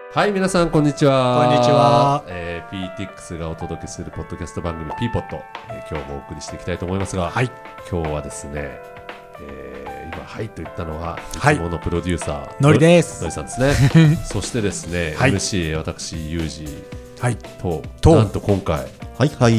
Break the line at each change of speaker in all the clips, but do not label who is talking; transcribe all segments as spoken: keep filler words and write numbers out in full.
はい、皆さんこんにちは。
こんにちは。
えー、ピーティックス がお届けするポッドキャスト番組 ピーポット、えー、今日もお送りしていきたいと思いますが、
はい、
今日はですね、えー、今はいと言ったのは、
はい、
いつものプロデューサー
のりです。
のりさんですね。そしてですね、
はい、
エムシー 私ユージと、
と
なんと今回、
はいはい。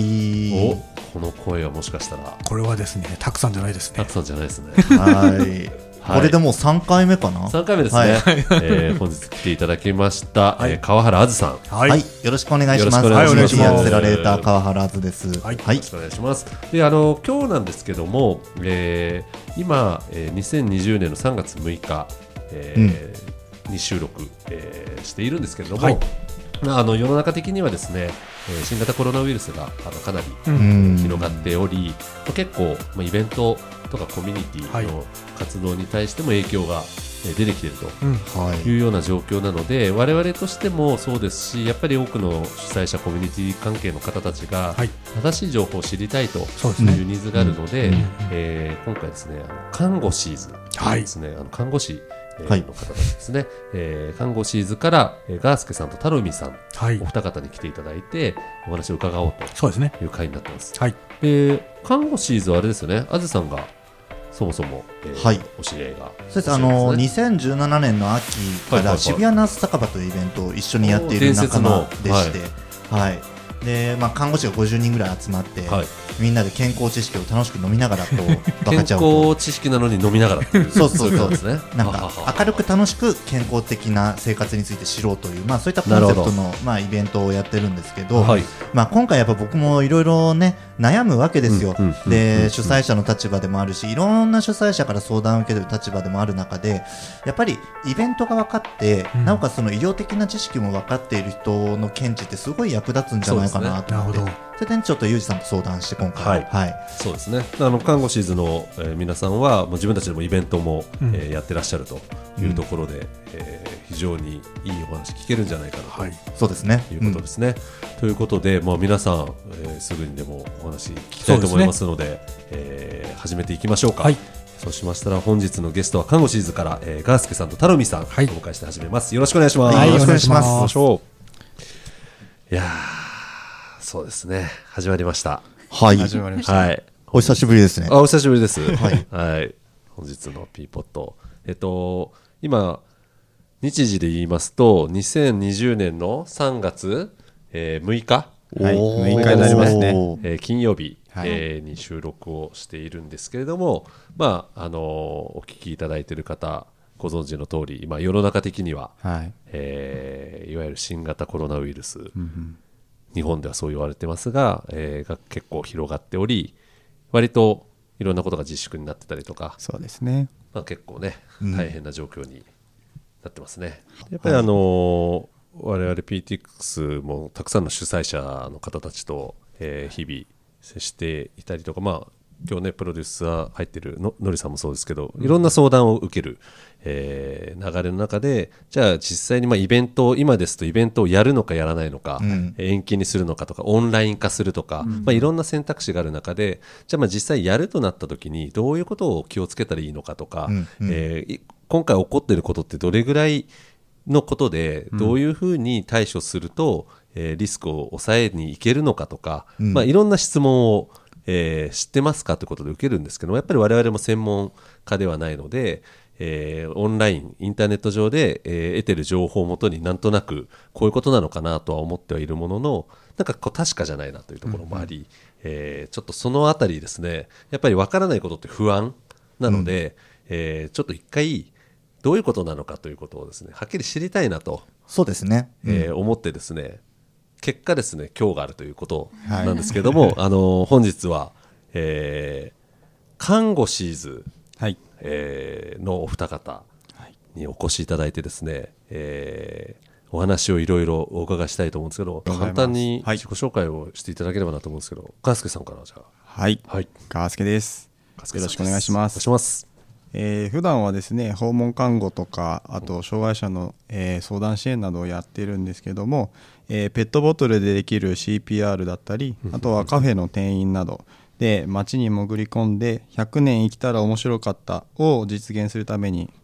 おこの声はもしかしたら
これはですね、たくさんじゃないですね。
たくさんじゃないですね。
はい。これでもうさんかいめかな。
さんかいめですね。はい、えー、本日来ていただきました、はい、えー、川原あずさん。
はい、はい、よろしくお願いします。
よろしくお願いします。
はい、アクセラレーター川原あずです。
はい、はい、よろしくお願いします。で、あの今日なんですけども、えー、今、えー、にせんにじゅうねんのさんがつむいか、えーうん、に収録、えー、しているんですけれども、はい、まあ、あの世の中的にはですね、えー、新型コロナウイルスがあのかなり、うん、広がっており、まあ、結構、まあ、イベントとかコミュニティの活動に対しても影響が出てきているというような状況なので、うん、はい、我々としてもそうですし、やっぱり多くの主催者コミュニティ関係の方たちが正しい情報を知りたいというニーズがあるので、えー、今回ですね、あの看護師ーズですね、はい、あの看護師の方たちですね、はい、えー、看護師ーズから、えー、ガースケさんとタロミさん、はい、お二方に来ていただいてお話を伺おうという会になっています。はい、えー、看護師ーズはあれですよね、あずさんがそもそも、えーはい、お知り合いが
そうです、あのにせんじゅうななねんの秋から渋谷ナース酒場というイベントを一緒にやっている仲間でして、はいはい、でまあ、看護師がごじゅうにんぐらい集まって、はい、みんなで健康知識を楽しく飲みながらこう分かち合うと。
健康知識なのに飲みながらっていう
そうそうそう
ですね。
なんか明るく楽しく健康的な生活について知ろうという、まあ、そういったコンセプトの、まあ、イベントをやってるんですけど、はい、まあ、今回やっぱ僕もいろいろね悩むわけですよ、うんうんうんうん、で主催者の立場でもあるし、いろんな主催者から相談を受ける立場でもある中で、やっぱりイベントが分かって、うん、なおかつその医療的な知識も分かっている人の見地ってすごい役立つんじゃないかなと思って、 そ,、ね、それでちょっとユージさんと相談して今回、はいはい、
そうですね、あの看護師ーズの、えー、皆さんはもう自分たちでもイベントも、うん、えー、やってらっしゃるというところで、うん、えー、非常にいいお話聞けるんじゃないかなと、はい、
そうですね、
いうことですね、うん、ということで、まあ、皆さん、えー、すぐにでもお話聞きたいと思いますので、で、ね、えー、始めていきましょうか。はい、そうしましたら本日のゲストは看護師ーズから、えー、ガースケさんとタロミさん、はい、お迎えして始めます。よろしくお願いします。
はい、よろしくお願いします。
いやそうですね、始まりました。
はい、
始まりました、
はい、
お久しぶりですね。
あ、お久しぶりです。
はい、
はい、本日の P ポット、えっと今日時で言いますとにせんにじゅうねんのさんがつ、えー、むいか、
はい、むいかになりますね、
えー、金曜日、はい、えー、に収録をしているんですけれども、まああのー、お聞きいただいている方ご存知の通り、今世の中的には、はい、えー、いわゆる新型コロナウイルス、うんうん、日本ではそう言われてますが、えー、が結構広がっており、割といろんなことが自粛になってたりとか、
そうですね、
まあ、結構ね大変な状況になってますね、うん、やっぱりあのーはい、我々 ピーティックス もたくさんの主催者の方たちと、えー、日々接していたりとか、まあ、今日ねプロデューサー入ってる の, のりさんもそうですけど、いろんな相談を受ける、えー、流れの中で、じゃあ実際にまあイベント、今ですとイベントをやるのかやらないのか、うん、延期にするのかとかオンライン化するとか、うん、まあ、いろんな選択肢がある中で、じゃあまあ実際やるとなった時にどういうことを気をつけたらいいのかとか、うんうん、えー、今回起こっていることってどれぐらいのことでどういうふうに対処すると、うん、えー、リスクを抑えにいけるのかとか、うん、まあ、いろんな質問を、えー、知ってますかということで受けるんですけども、やっぱり我々も専門家ではないので、えー、オンラインインターネット上で、えー、得てる情報をもとになんとなくこういうことなのかなとは思ってはいるものの、なんかこう確かじゃないなというところもあり、うんうん、えー、ちょっとそのあたりですね、やっぱり分からないことって不安なので、うん、えー、ちょっと一回どういうことなのかということをですね、はっきり知りたいなと、
そうですね、
うん、えー、思ってですね、結果ですね、今日があるということなんですけども、はい、あの本日は、えー、看護師ーズ、はい、えー、のお二方にお越しいただいてですね、えー、お話をいろいろお伺いしたいと思うんですけど、簡単に自己紹介をしていただければなと思うんですけど、ガースケさんからじゃあ。
はい、はい、ガースケです。よろしくお願いします。
お願いします。
えー、普段はですね、訪問看護とか、あと障害者の、えー、相談支援などをやっているんですけども、えー、ペットボトルでできる シーピーアール だったり、あとはカフェの店員などで街に潜り込んでひゃくねん生きたら面白かったを実現するために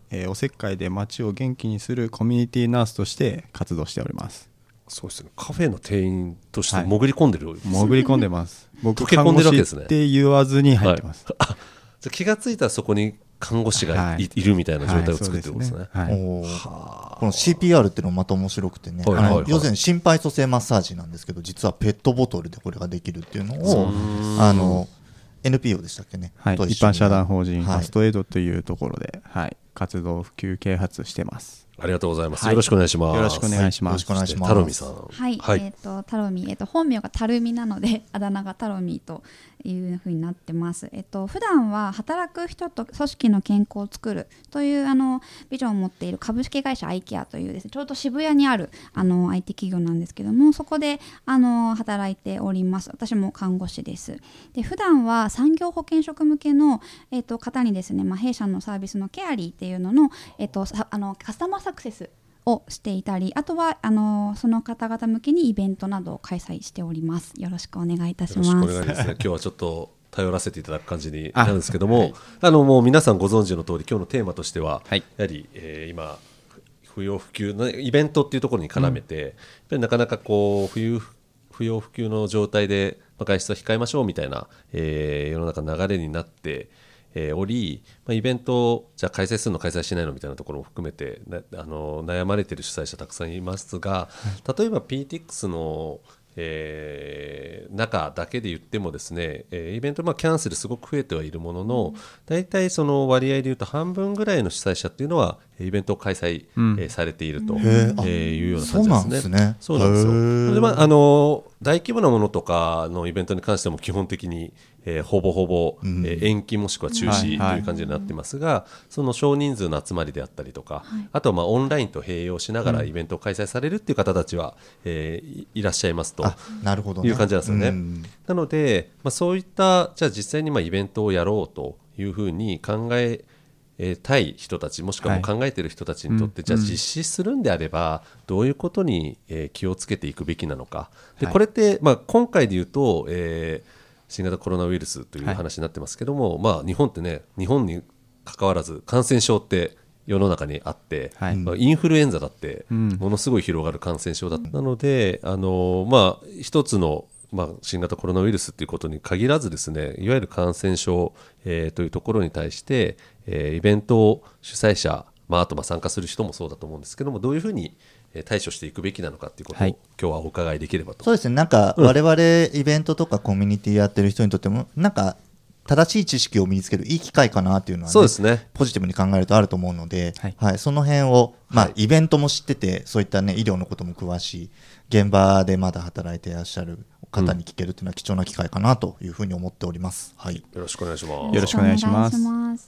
えー、おせっかいで街を元気にするコミュニティナースとして活動しております。
そうですね、カフェの店員として潜り込んでる、はい、
潜り込んでます僕
溶け込んでるわけですね。
看護師って言わずに入ってます、
はい、あ、じゃ気がついたらそこに看護師が い,、はい、いるみたいな状態を作ってるんですね。
この シーピーアール っていうのもまた面白くてね、はいはいはい、あの要するに心肺蘇生マッサージなんですけど、実はペットボトルでこれができるっていうのをあの エヌピーオー でしたっけね、
はい、一般社団法人ファストエイドというところで、はい、活動普及啓発してます。
ありがとうございます、はい、よろしくお願いします。
よろしくお願いします。よろしくお願いします。
タロミさん、
はい、はい、えっ、ー、とタロミ、えっ、ー、と本名がタルミなのであだ名がタロミというふうになってます。えっ、ー、と普段は働く人と組織の健康を作るというあのビジョンを持っている株式会社アイケアというですね、ちょうど渋谷にあるあの アイティー 企業なんですけども、そこであの働いております。私も看護師です。で普段は産業保険職向けのえっ、ー、と方にですね、まあ、弊社のサービスのケアリーっていうののえっ、ー、とあのカスタマーサクセスをしていたり、あとはあのその方々向けにイベントなどを開催しております。よろしくお願いいたします。
よろしくお願いですね。今日はちょっと頼らせていただく感じになるんですけども、あ、はい、あのもう皆さんご存知の通り、今日のテーマとしては、はい、やはり、えー、今不要不急のイベントっていうところに絡めて、うん、やっぱりなかなかこう不要不要不急の状態で外出は控えましょうみたいな、えー、世の中の流れになってえー、おり、まあ、イベントをじゃあ開催するの開催しないのみたいなところも含めてなあの悩まれている主催者たくさんいますが、はい、例えば ピーティックス の、えー、中だけで言ってもですね、えー、イベント、まあ、キャンセルすごく増えてはいるものの、だいたいその割合でいうと半分ぐらいの主催者っていうのはイベントを開催、うんえー、されていると、えーえー、いうような感じですね。そうなんですね。で、まあ、あの大規模なものとかのイベントに関しても基本的にえー、ほぼほぼ、うんえー、延期もしくは中止という感じになってますが、はいはい、その少人数の集まりであったりとか、はい、あとはまあオンラインと併用しながらイベントを開催されるっていう方たちは、えー、いらっしゃいますという感じなんですよね。なので、まあ、そういったじゃあ実際にまあイベントをやろうというふうに考えたい人たち、もしくはもう考えている人たちにとって、はい、じゃあ実施するんであればどういうことに気をつけていくべきなのか。でこれって、まあ、今回で言うと、えー新型コロナウイルスという話になってますけども、はいまあ、日本ってね、日本に関わらず感染症って世の中にあって、はいまあ、インフルエンザだってものすごい広がる感染症だった、うん、なのであの、まあ、一つの、まあ、新型コロナウイルスということに限らずですね、いわゆる感染症、えー、というところに対して、えー、イベントを主催者、まあ、あとまあ参加する人もそうだと思うんですけども、どういうふうに対処していくべきなのかということを、はい、今日はお伺いできればと。
そうですね、なんか我々イベントとかコミュニティやってる人にとってもなんか正しい知識を身につけるいい機会かなっていうのは、ね、
そうですね、
ポジティブに考えるとあると思うので、はいはい、その辺を、まあはい、イベントも知っててそういった、ね、医療のことも詳しい現場でまだ働いていらっしゃる方に聞けるというのは貴重な機会かなというふうに思っております、はい、
よろしくお願いします。
よろしくお願いします。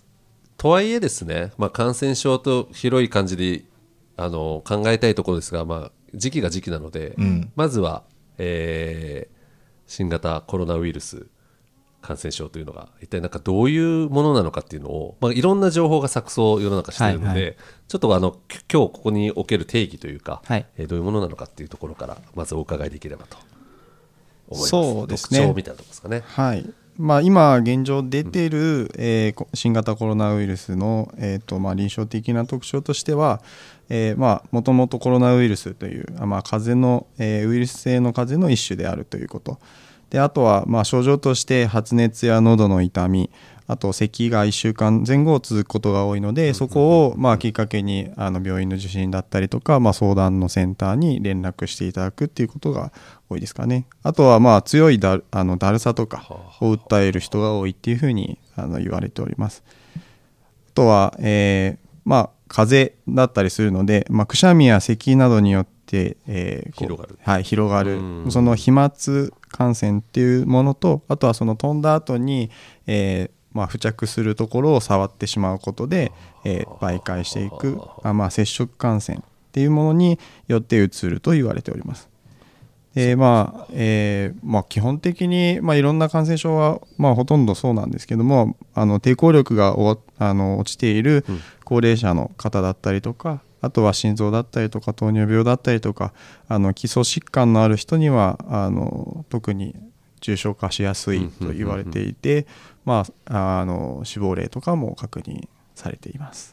とはいえですね、まあ、感染症と広い感じであの考えたいところですが、まあ、時期が時期なので、うん、まずは、えー、新型コロナウイルス感染症というのが一体なんかどういうものなのかっていうのを、まあ、いろんな情報が錯綜世の中しているので、はいはい、ちょっとあの今日ここにおける定義というか、はいえー、どういうものなのかっていうところからまずお伺いできればと思います。
そうですね、
特徴みたいなところですかね。
はいまあ、今現状出ている、うんえー、新型コロナウイルスの、えーとまあ、臨床的な特徴としては、えー、まあもともとコロナウイルスという、まあ、風邪の、えー、ウイルス性の風邪の一種であるということで、あとはまあ症状として発熱や喉の痛み、あと咳がいっしゅうかんぜん後続くことが多いので、そこをまあきっかけにあの病院の受診だったりとか、まあ、相談のセンターに連絡していただくっていうことが多いですかね。あとはまあ強いだあのだるさとかを訴える人が多いっていうふうにあの言われております。あとは、えー、まあ風邪だったりするので、まあ、くしゃみや咳などによって、えー、
広がる、
はい、広がるその飛沫感染っていうものと、あとはその飛んだ後に、えーまあ、付着するところを触ってしまうことで、えー、媒介していくあ、まあ、接触感染っていうものによってうつると言われております。でまあえーまあ、基本的に、まあ、いろんな感染症は、まあ、ほとんどそうなんですけども、あの抵抗力がおあの落ちている高齢者の方だったりとか、あとは心臓だったりとか糖尿病だったりとか、あの基礎疾患のある人にはあの特に重症化しやすいと言われていて、まあ、あの死亡例とかも確認されています。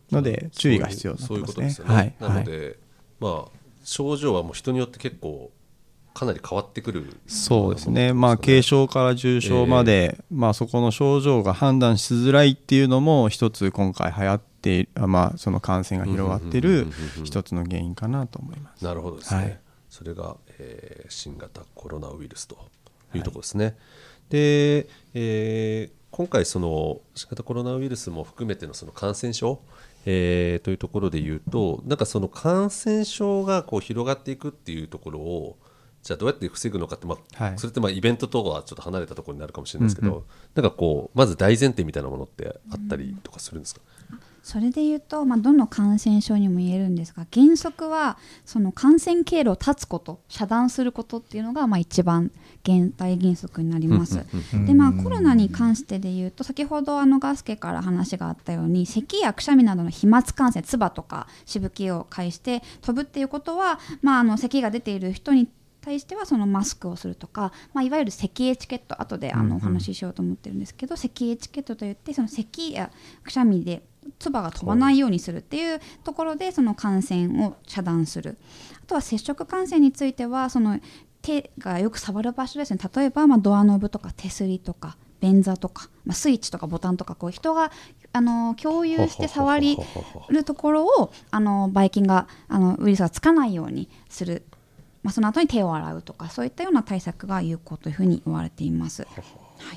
ので注意が必要になってますね。
そういうことですよね、
はい、
なので、はい、まあ、症状はもう人によって結構かなり変わってくる。
そうですね、まあ、軽症から重症まで、えーまあ、そこの症状が判断しづらいっていうのも一つ今回流行ってまあ、その感染が広がっている一つの原因かなと思います。
なるほどですね、
はい、
それが、えー、新型コロナウイルスというところですね、はい、で、えー、今回その新型コロナウイルスも含めてのその感染症、えー、というところでいうと、なんかその感染症がこう広がっていくっていうところをじゃあどうやって防ぐのかって、まあはい、それってまあイベントとはちょっと離れたところになるかもしれないですけど、うんうん、なんかこうまず大前提みたいなものってあったりとかするんですか？
それでいうと、まあ、どの感染症にも言えるんですが、原則はその感染経路を断つこと、遮断することっていうのがまあ一番大原則になります。で、まあ、コロナに関してでいうと、先ほどあのガスケから話があったように、咳やくしゃみなどの飛沫感染、唾とかしぶきを介して飛ぶっていうことは、まあ、あの咳が出ている人に対してはそのマスクをするとか、まあ、いわゆる咳エチケット、後であのお話ししようと思ってるんですけど、うんうん、咳エチケットといって、その咳やくしゃみで唾が飛ばないようにするっていうところでその感染を遮断する。あとは接触感染については、その手がよく触る場所ですね、例えばまあドアノブとか手すりとか便座とか、まあ、スイッチとかボタンとか、こう人があの共有して触りるところをあのばい菌があのウイルスがつかないようにする、まあ、その後に手を洗うとか、そういったような対策が有効というふうに言われています。はい、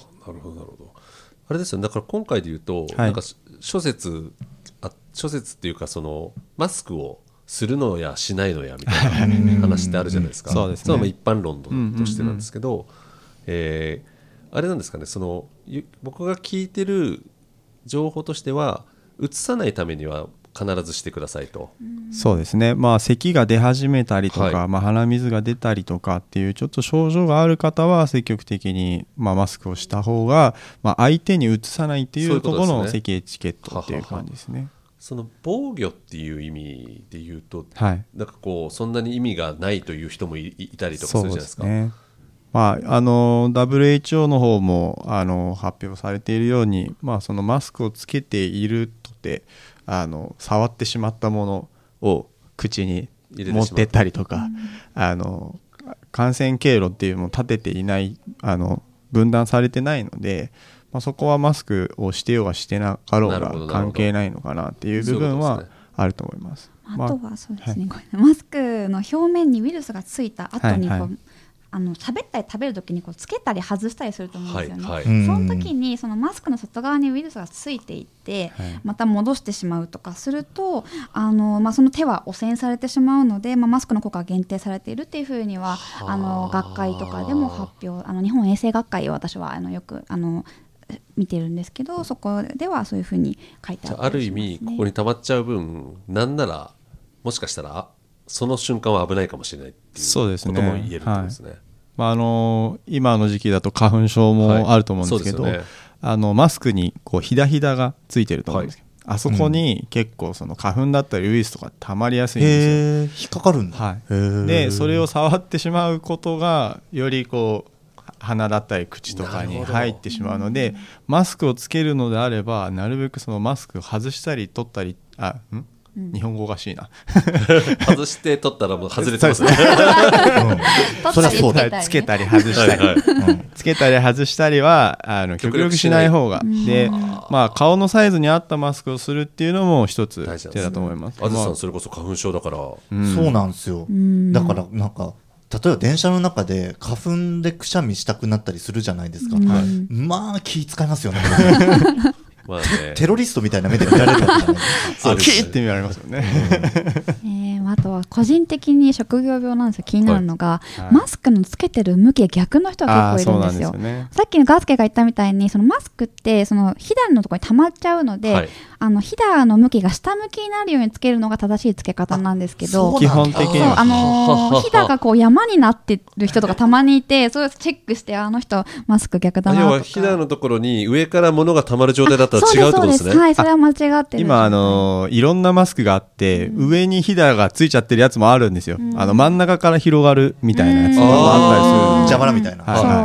なるほどなるほど。あれですよね、だから今回で言うと、
はい、
なんか諸説あ諸説っていうか、そのマスクをするのやしないのやみたいな話ってあるじゃないですか。
そうですね、
それは一般論としてなんですけど、うんうんうん、えー、あれなんですかね、その僕が聞いてる情報としては、うつさないためには必ずしてくださいと。
そうですね、まあ、咳が出始めたりとか、
はい、
まあ、鼻水が出たりとかっていうちょっと症状がある方は積極的に、まあ、マスクをした方が、まあ、相手にうつさないっていうところの咳エチケットっていう感じですね。
その防御っていう意味で言うと、
はい、
なんかこうそんなに意味がないという人も い, いたりとかするじゃないですか。
そうですね、まあ、あの ダブリューエイチオー の方もあの発表されているように、まあ、そのマスクをつけているとてあの触ってしまったものを口に持ってったりとか、あの感染経路っていうのを立てていない、あの分断されてないので、まあ、そこはマスクをしてようがしてなかろうが関係ないのかなっていう部分はあると思います。
あとはそうですね、はい、マスクの表面にウイルスがついた後にこう、はいはい、あの喋ったり食べるときにこうつけたり外したりすると思うんですよね、はいはい、その時にそのマスクの外側にウイルスがついていって、はい、また戻してしまうとかすると、あの、まあ、その手は汚染されてしまうので、まあ、マスクの効果が限定されているっていうふうにはあの学会とかでも発表、あの日本衛生学会を私はあのよくあの見てるんですけど、そこではそういうふうに書いてあったりしますね。
ある意味ここに溜まっちゃう分、なんならもしかしたらその瞬間は危ないかもしれないっていうことも言えるってことですね。
まあ、あの今の時期だと花粉症もあると思うんですけど、はい、ね、あのマスクにこうひだひだがついてると思うんですけど、はい、あそこに結構その花粉だったりウイルスとかたまりやすいんですよ。
へー、引っかかるんだ、
はい、でそれを触ってしまうことがよりこう鼻だったり口とかに入ってしまうので、マスクをつけるのであればなるべくそのマスクを外したり取ったり、あんうん、日本語おかしいな
外して取ったらもう外れてますね
うん、そりゃそうだ、
つけたり外したり、はいはい、つけたり外したりはあの極力しない方がで、まあ、顔のサイズに合ったマスクをするっていうのも一つ手だと思います。
あずさんそれこそ花粉症だから、
うん、そうなんですよ。だからなんか例えば電車の中で花粉でくしゃみしたくなったりするじゃないですか、うん、まあ気使いますよねまあね、テロリストみたいな目で見られるわけじゃない
そうキーって見られますよね、
うんえー、あとは個人的に職業病なんですよ。気になるのが、はい、マスクのつけてる向きが逆の人が結構いるんですよ。ですよね、さっきのガースケが言ったみたいにそのマスクってそのひだのところに溜まっちゃうので、はい、あのひだの向きが下向きになるようにつけるのが正しいつけ方なんですけど、
基本的には
あのひだがこう山になってる人とかたまにいて、それをチェックしてあの人マスク逆だなとか。
要はひだのところに上から物が溜まる状態だったら違うってことですね。
はい、それは間違ってる。
今あのいろんなマスクがあって、うん、上にひだがついちゃってるやつもあるんですよ、うん、あの真ん中から広がるみたいなやつもあったりする、
邪魔なみたいな、
はいはい、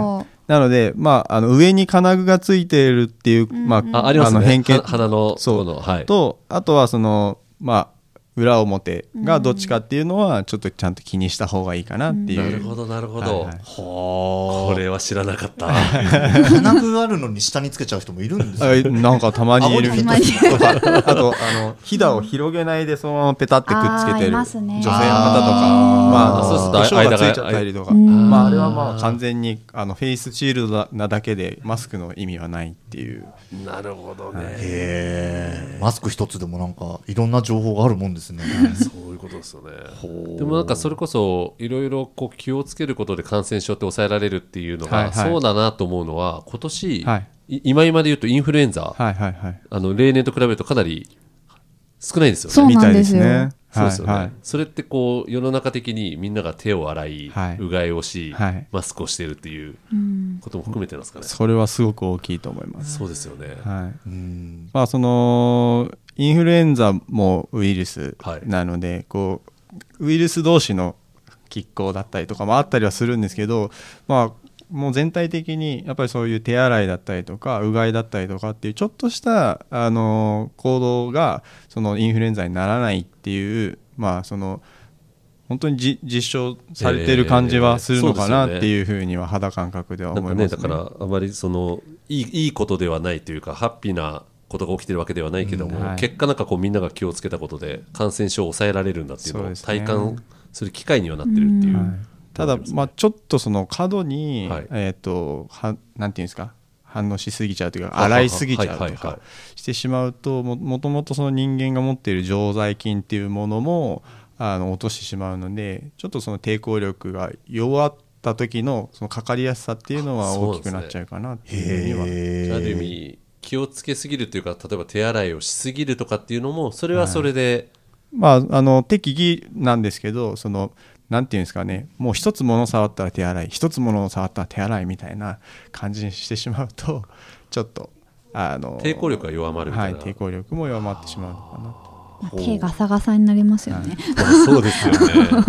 なので、まあ、あの上に金具がついているっていう、まあ、
あありますね、
の偏見
は鼻の
そう
この、はい、
と、あとはその、まあ、裏表がどっちかっていうのはちょっとちゃんと気にした方がいいかなっていう、
なるほどなるほど、
はいはい、
ほーこれは知らなかった
金具あるのに下につけちゃう人もいるんですよ、ね、
なんかたまにいる
顎にフィット
とかあとあのひだを広げないでそのままペタってくっつけてる女性の方とか、まあ、
そうすると
化粧がついちゃったりとか、まあ、あれはまあ完全にあのフェイスシールドなだけでマスクの意味はないっていう。
なるほどね、
へー、マスク一つでもなんかいろんな情報があるもんですね
そういうことですよね。でもなんかそれこそいろいろこう気をつけることで感染症って抑えられるっていうのが、
はいはい、
そうだなと思うのは今年、
はい、
今今で言うとインフルエンザ、
はいはいはい、
あの例年と比べるとかなり少ないんですよね。
そうなんですよ。
みたいですね。
そうですよね、
はいはい、
それってこう世の中的にみんなが手を洗い、
はい、
うがいをし、
はい、
マスクをしているっていうことも含めてますかね。
それはすごく大きいと思います。
そうですよね、
はい、
うん、
まあ、そのインフルエンザもウイルスなので、はい、こうウイルス同士の拮抗だったりとかもあったりはするんですけど、まあもう全体的にやっぱりそういう手洗いだったりとかうがいだったりとかっていうちょっとしたあの行動がそのインフルエンザにならないっていう、まあその本当にじ実証されている感じはするのかなっていうふうには肌感覚では思いますね。
なんかね、だからあまりそのいい、いいことではないというかハッピーなことが起きてるわけではないけども、うん、はい、結果なんかこうみんなが気をつけたことで感染症を抑えられるんだっていうのを体感する機会にはなってるっていう、はい、
ただ、まあ、ちょっとその過度に、はい、えーと、はなんていうんですか、反応しすぎちゃうというか洗いすぎちゃうとかしてしまうと、も, もともとその人間が持っている常在菌っていうものもあの落としてしまうので、ちょっとその抵抗力が弱った時のそのかかりやすさっていうのは大きくなっちゃうかなっていうふうには。
ある意味気をつけすぎるというか、例えば手洗いをしすぎるとかっていうのもそれはそれで、
はい、まあ、あの適宜なんですけど、そのなんていうんですかね、もう一つ物を触ったら手洗い、一つ物を触ったら手洗いみたいな感じにしてしまうとちょっとあの
抵抗力が弱まるみたいな、
はい、抵抗力も弱まってしまうのかなと。
手ガサガサになりますよね、
はい、そうですよね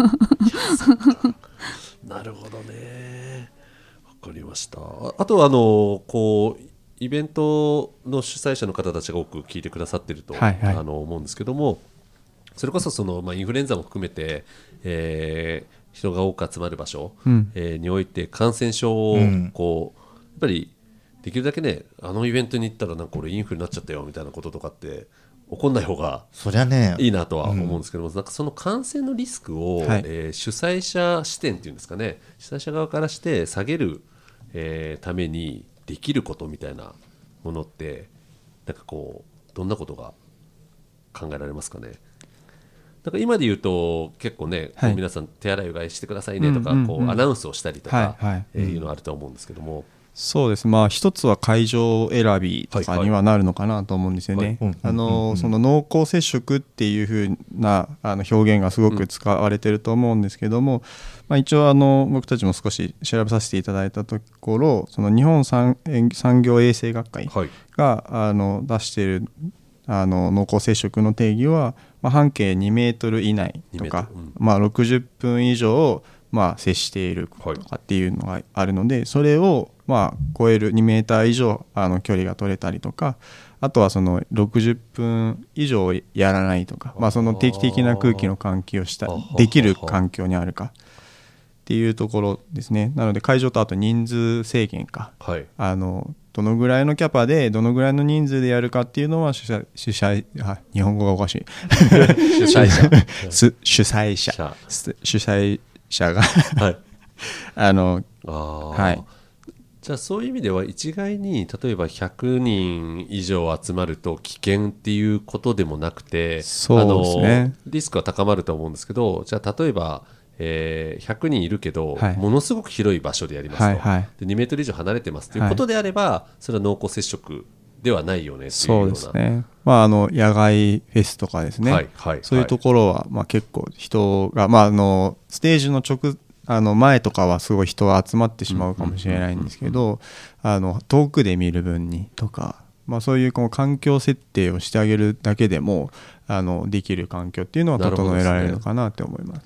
なるほどね、わかりました。 あ, あとはあのこうイベントの主催者の方たちが多く聞いてくださっていると、はいはい、あの思うんですけども、それこそその、まあ、インフルエンザも含めて、えー、人が多く集まる場所、うんえー、において感染症をこう、うん、やっぱりできるだけね、あのイベントに行ったらなんか俺インフルになっちゃったよみたいなこととかって起こんない方がいいなとは思うんですけども、うん、なんかその感染のリスクを、はいえー、主催者視点っていうんですかね、主催者側からして下げる、えー、ためにできることみたいなものってなんかこうどんなことが考えられますかね。なんか今で言うと結構ね、はい、皆さん手洗いうがいしてくださいねとか、うんうんうん、こうアナウンスをしたりとか、はいはいえー、いうのあると思うんですけども、
そうです、まあ、一つは会場選びとかにはなるのかなと思うんですよね。その濃厚接触っていう風なあの表現がすごく使われてると思うんですけども、うんまあ、一応あの僕たちも少し調べさせていただいたところ、その日本産業衛生学会があの出しているあの濃厚接触の定義は、まあ、半径にメートル以内とか、うんまあ、ろくじゅっぷん以上まあ接しているとかっていうのがあるので、それをまあ超えるにメーター以上あの距離が取れたりとか、あとはそのろくじゅっぷん以上やらないとか、まあ、その定期的な空気の換気をしたできる環境にあるかっていうところですね。なので会場とあと人数制限か、はい、あのどのぐらいのキャパでどのぐらいの人数でやるかっていうのは主催主催あ日本語がおかしい
主催者
主催者主催者がはいあの
あはいじゃあそういう意味では一概に例えばひゃくにん以上集まると危険っていうことでもなくて、
そうですね、
あのリスクは高まると思うんですけど、じゃあ例えば、えー、ひゃくにんいるけど、はい、ものすごく広い場所でやりますと、はいはい、でにメートル以上離れてますということであれば、はい、それは濃厚接触ではないよねっていうような。
そうですね、まあ、あの野外フェスとかですね、はいはい、そういうところは、まあ、結構人が、まあ、あのステージの直あの前とかはすごい人が集まってしまうかもしれないんですけど、あの遠くで見る分にとか、まあ、そういうこの環境設定をしてあげるだけでもあのできる環境っていうのは整えられるのかなって思います。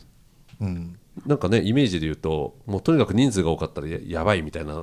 うん、なんかねイメージで言うともうとにかく人数が多かったら や, やばいみたいな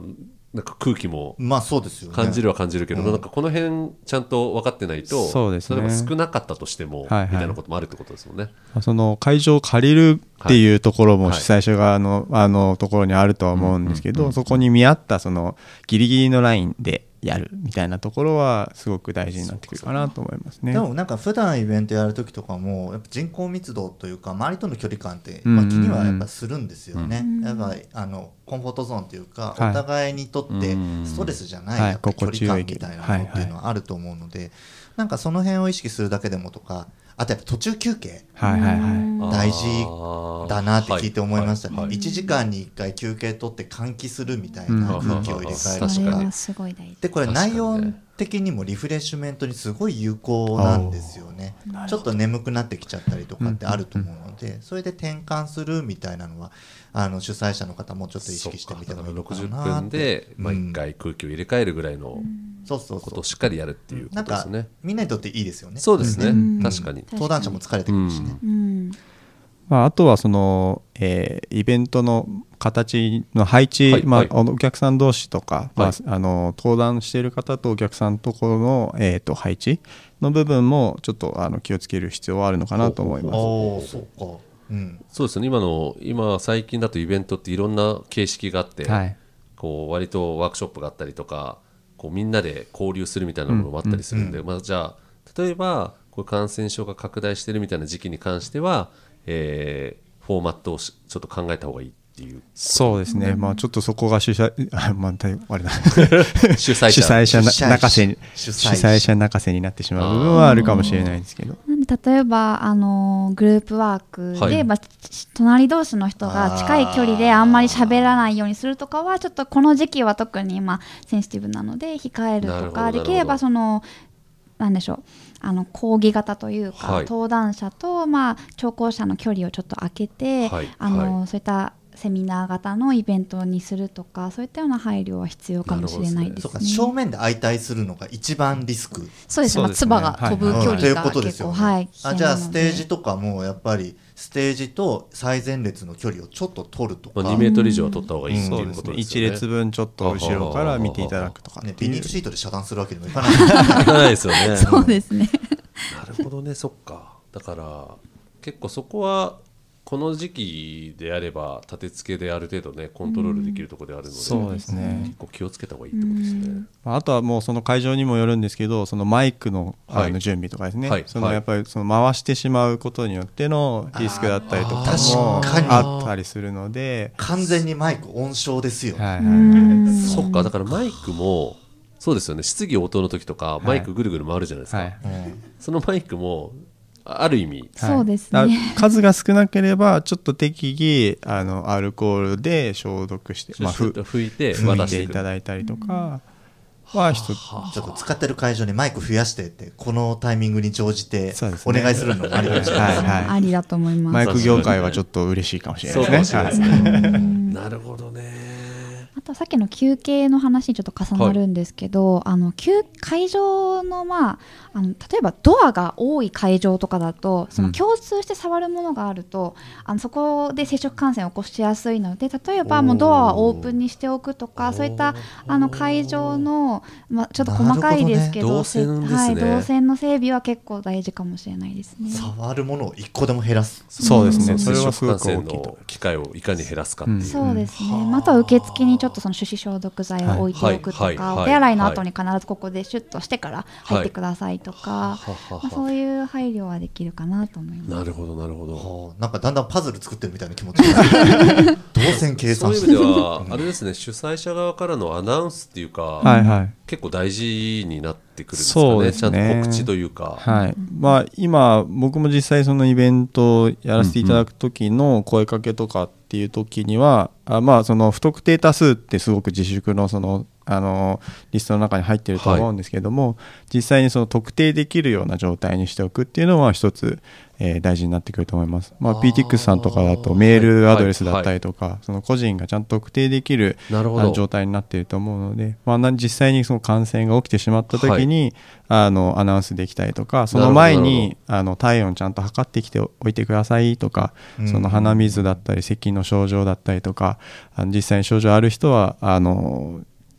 なんか空気も
まあそうですよね。
感じるは感じるけど、
うん
なんかこの辺ちゃんと分かってないと、
そうですね
例えば少なかったとしても、
はいはい
みたいなこともあるってことですもんね。
その会場を借りるっていうところも
はい
主催者側の、あのところにあるとは思うんですけど、
うんうんうん
そこに見合ったそのギリギリのラインでやるみたいなところはすごく大事になってくるかなと思いますね。
でもなんか普段イベントやるときとかもやっぱ人口密度というか周りとの距離感って、
うんうんうん
まあ、気にはやっぱするんですよね、
うん
やっぱりあのコンフォートゾーンというか、
はい
お互いにとってストレスじゃない、
はい
やっぱり距離感み
心地よい
たいなものっていうのはあると思うので、なんかその辺を意識するだけでもとか、あとやっぱ途中休憩
はいはいはい。
大事だなって聞いて思いましたね、
はいはいはい
いちじかんにいっかい休憩取って換気するみたいな空気を入れ替える
うん
とか、
それはすごい大事。
でこれ
確かにね
内容的にもリフレッシュメントにすごい有効なんですよね。ちょっと眠くなってきちゃったりとかってあると思うので、それで転換するみたいなのはあの主催者の方もちょっと意識してみてもいいのか
ろくじゅっぷ
なって。
んで、まあ、
うん
いっかい空気を入れ替えるぐらいの
そうそうそう
ことをしっかりやるっていうこ
なんか
とですね。
みんなにとっていいですよね。
そうですね、
うん
確かに。
登壇者も疲れてくるしね。
うん
まあ、あとはその、えーイベントの形の配置、
はいはい
まあ、お客さん同士とか、まあ
はい
あの登壇している方とお客さんところの、えー、と配置の部分もちょっとあの気をつける必要はあるのかなと思います。
おお、そうか。うん。
そうですね、今の今最近だとイベントっていろんな形式があって、
はい
こう割とワークショップがあったりとか、こうみんなで交流するみたいなものもあったりするんで、まあ、じゃあ例えばこう感染症が拡大してるみたいな時期に関しては、えーフォーマットをしちょっと考えた方がいいっていう
そうですね、まあ、ちょっとそこが主催あ、まあ、だいぶあれだ
主催者
主催者な
主催者
泣かせに
主
主
催者
催者泣かせになってしまう部分はあるかもしれないですけど。
なんで例えばあのグループワークで、
はい
まあ、ち隣同士の人が近い距離であんまり喋らないようにするとかはちょっとこの時期は特にまあセンシティブなので控える
なるほど
とか、できればそのなんでしょう、あの講義型というか、
はい
登壇者と、まあ、聴講者の距離をちょっと空けて、
はい
あの
はい
そういったセミナー型のイベントにするとか、そういったような配慮は必要かもしれないですね。
そうか、正面で相対するのが一番リスク。
そうですね、まあ、
そうですね
唾が飛ぶ距離
うんというこ
が
とですよね。
結構、はい、危険
あ、じゃあ
なので
ステージとかもやっぱりステージと最前列の距離をちょっと取るとか、
まあ、にメートル以上は取った方がいいって
そう
いう
ですね、一
ことですよね。
列分ちょっと後ろから見ていただくとか
ね、
っていう
ビニールシートで遮断するわけにもいかない。
いかないですよね。
そうですね。
なるほどね、そっか。だから結構そこはこの時期であれば立て付けである程度ねコントロールできるところであるので、
そうですね。
結構気をつけた方がいいってことですね。
まああとはもうその会場にもよるんですけど、そのマイクのあ
はい
の準備とかですね、
はいはい
そのやっぱりその回してしまうことによってのリスクだったりとかも
あー確かに
あったりするので、
完全にマイク温床ですよ。
はいはいはい
そっか、だからマイクもそうですよね、質疑応答の時とかマイクぐるぐる回るじゃないですか、
はい
そのマイクもある意味
そうです
だ
ね。
数が少なければちょっと適宜あのアルコールで消毒して、まあ、ふ
拭いて
拭い
渡してくる。
ていただいたりとかは一つ、
ちょっと使ってる会場にマイク増やしてってこのタイミングに乗じて
そうですね
お願いするのもありかもしれない。
はいはい
ありだと思います。
マイク業界はちょっと嬉しいかもしれ
そう
ない
かもし
ですね。
れないですね。
うん
なるほどね。
あとさっきの休憩の話にちょっと重なるんですけど、あの休会場の、まあ、あの例えばドアが多い会場とかだとその共通して触るものがあると、あのそこで接触感染を起こしやすいので、例えばもうドアはオープンにしておくとか、そういったあの会場の、まあ、ちょっと細かいですけど、
なるほどね動線ですね
はい、動線の整備は結構大事かもしれないですね。
触るものを一個でも減らす。
そうですね、
うん
それはすごく
接触感染
大きいと
の機会をいかに減らすかっていう、
うん
そうですね、また受付にちょっとその手指消毒剤を置いておくとか、
はいはいはい
お手洗いの後に必ずここでシュッとしてから入ってくださいとか、
はは
まあ、そういう配慮はできるかなと思います。
なるほどなるほど。
はあなんかだんだんパズル作ってるみたいな気持ちになる動線計
そう
算して
いう意味ではあれですね、主催者側からのアナウンスっていうか、
はいはい
結構大事になってくるんですかね。
そうですね
ちゃんと告知というか、
はい、まあ、今僕も実際そのイベントをやらせていただく時の声かけとかっていう時には、あまあその不特定多数ってすごく自粛のそのあのリストの中に入ってると思うんですけども、実際にその特定できるような状態にしておくっていうのは一つ、えー大事になってくると思います。まあ、ピーティックス さんとかだとメールアドレスだったりとか、その個人がちゃんと特定できる
なるほど
あの状態になっていると思うので、まあ、な実際にその感染が起きてしまった時に、あのアナウンスできたりとか、その前にあの体温ちゃんと測ってきておいてくださいとか、
うん
その鼻水だったり咳の症状だったりとか、あの実際に症状ある人はあの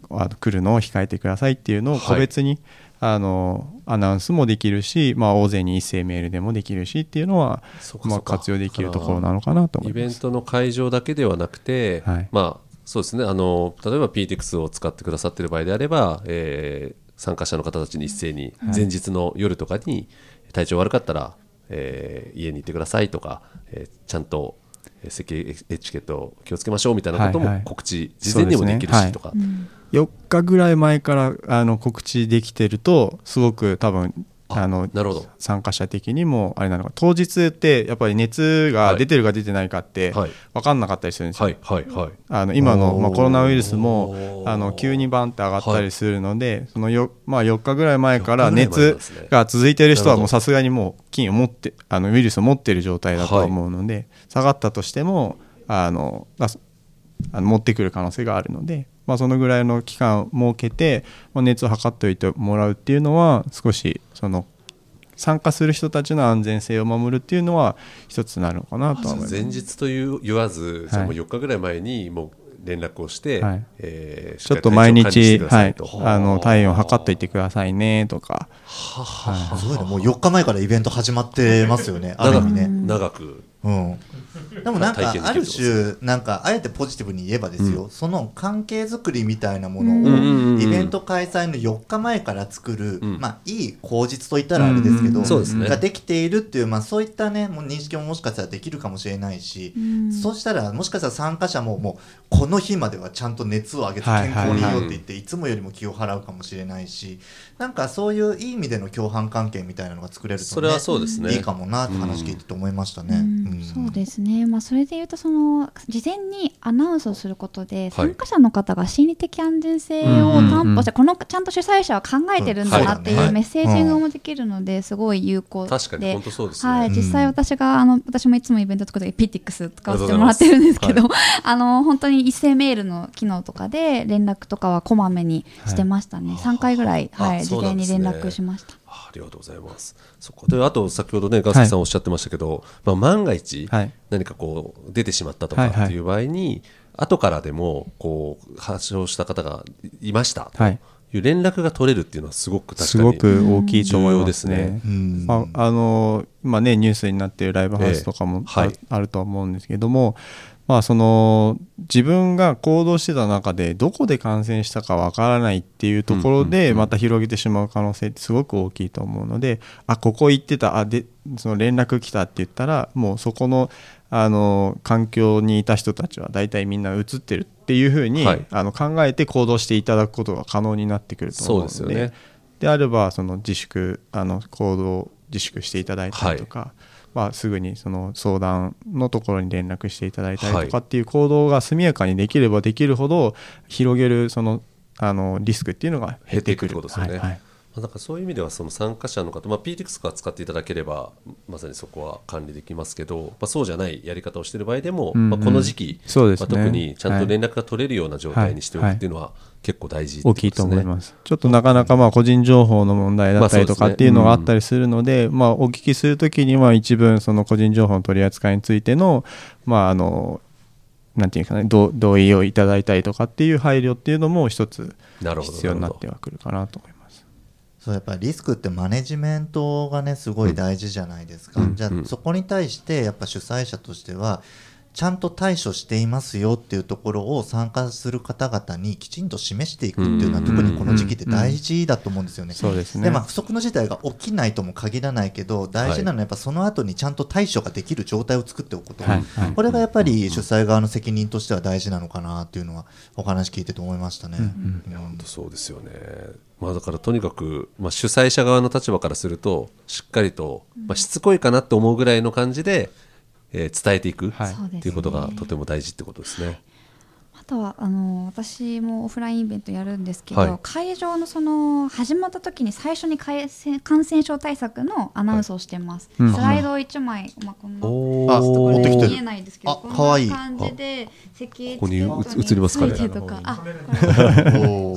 あ来るのを控えてくださいっていうのを個別に、はい、あのアナウンスもできるし、まあ、大勢に一斉メールでもできるしっていうのは、まあ、活用できるところなのかなと思います。
イベントの会場だけではなくて、はい、まあそうですね、あの例えば ピーティーエックス を使ってくださっている場合であれば、えー、参加者の方たちに一斉に前日の夜とかに体調悪かったら、えー、家に行ってくださいとか、えー、ちゃんと席エチケットを気をつけましょうみたいなことも告知、はいはい、事前にもできるしとか、
ねはい、よっかぐらい前からあの告知できてるとすごく多分あの
なるほど
参加者的にもあれなのか、当日ってやっぱり熱が出てるか出てないかって分かんなかったりするんですよ、はいはいはい、あの今の、まあ、コロナウイルスもあの急にバンって上がったりするので、はい、その よ,、まあ、よっかぐらい前から熱が続いている人はもうさすがにもう菌を持ってあのウイルスを持っている状態だと思うので、はい、下がったとしてもあのあの持ってくる可能性があるので、まあ、そのぐらいの期間を設けて、まあ、熱を測っておいてもらうっていうのは少しその参加する人たちの安全性を守るっていうのは一つなるのかなと思います。
前日という言わず、じゃあもうよっかぐらい前にもう連絡をして、はいえー、
ちょっと毎日、はい、あの体温を測っておいてくださいねとか。
ははすごいね、もうよっかまえからイベント始まってますよね。ある意味ね、
長く、
うん、でもなんかある種なんかあえてポジティブに言えばですよ、うん、その関係づくりみたいなものをイベント開催のよっかまえから作る、うん、まあいい口実と言ったらあれですけど、うんそうですね、ができているっていう、まあ、そういったねもう認識ももしかしたらできるかもしれないし、うん、そうしたらもしかしたら参加者ももうこの日まではちゃんと熱を上げて健康にいようって言っていつもよりも気を払うかもしれないし、なんかそういういい意味での共犯関係みたいなのが作れると、ね、
それはそうですね、
いいかもなって話聞いてて思いましたね、
うんうん、そうですね、まあ、それでいうとその事前にアナウンスをすることで参加者の方が心理的安全性を担保して、このちゃんと主催者は考えてるんだなっていうメッセージングもできるのですごい有効で、
確かに本当そうですね、
はい、実際私があの私もいつもイベント作るとき ピーティーエックス 使わせてもらってるんですけど、はい、あの本当に一斉メールの機能とかで連絡とかはこまめにしてましたね、はい、さんかいぐらい、はい、事前に連絡しました。
ありがとうございます。そこであと先ほどねガスケさんおっしゃってましたけど、はいまあ、万が一何かこう出てしまったとかっていう場合に、はいはい、後からでもこう発症した方がいましたという連絡が取れるっていうのはすごく確かに
すごく大きいと思いますね。まああのまあね、ニュースになっているライブハウスとかも あ,、えーはい、あると思うんですけども、まあ、その自分が行動してた中でどこで感染したかわからないっていうところでまた広げてしまう可能性ってすごく大きいと思うので、あここ行ってたあでその連絡来たって言ったらもうそこのあの環境にいた人たちは大体みんな移ってるっていうふうに、はい、あの考えて行動していただくことが可能になってくると思うので、そうですよね、であればその自粛あの行動自粛していただいたりとか、はいまあ、すぐにその相談のところに連絡していただいたりとかっていう行動が速やかにできればできるほど広げるそのあのリスクっていうのが減ってくる
ってことですよね、はいはいだからそういう意味ではその参加者の方、まあ、ピーティーエックス から使っていただければまさにそこは管理できますけど、まあ、そうじゃないやり方をしている場合でも、うんうんまあ、この時期、
そうですね
まあ、特にちゃんと連絡が取れるような状態にしておくっていうのは結構大事ってことですね、
大きいと思います。ちょっとなかなかまあ個人情報の問題だったりとかっていうのがあったりするので、まあお聞きするときには一文その個人情報の取り扱いについてのまああのなんていうかね、同意をいただいたりとかっていう配慮っていうのも一つ必要になってはくるかなと思います。
そうやっぱりリスクってマネジメントがねすごい大事じゃないですか、うん、じゃあそこに対してやっぱ主催者としてはちゃんと対処していますよっていうところを参加する方々にきちんと示していくっていうのは特にこの時期って大事だと思うんですよね。
そうですね。
でまあ不測の事態が起きないとも限らないけど大事なのはやっぱその後にちゃんと対処ができる状態を作っておくこと、はいはい、これがやっぱり主催側の責任としては大事なのかなっていうのはお話聞いてて思いましたね。
うんうん、いや本当そうですよね。まあ、だからとにかく、まあ、主催者側の立場からするとしっかりと、まあ、しつこいかなと思うぐらいの感じで、えー、伝えていく、はい、っていうことがとても大事ってことですね。
あとはあの私もオフラインイベントやるんですけど、はい、会場のその始まった時に最初に感染症対策のアナウンスをしてます、はい、スライドをいちまい、まあ、こんなこれ見えないですけどこんな感じで席
ここに映りますかね
とかあこれ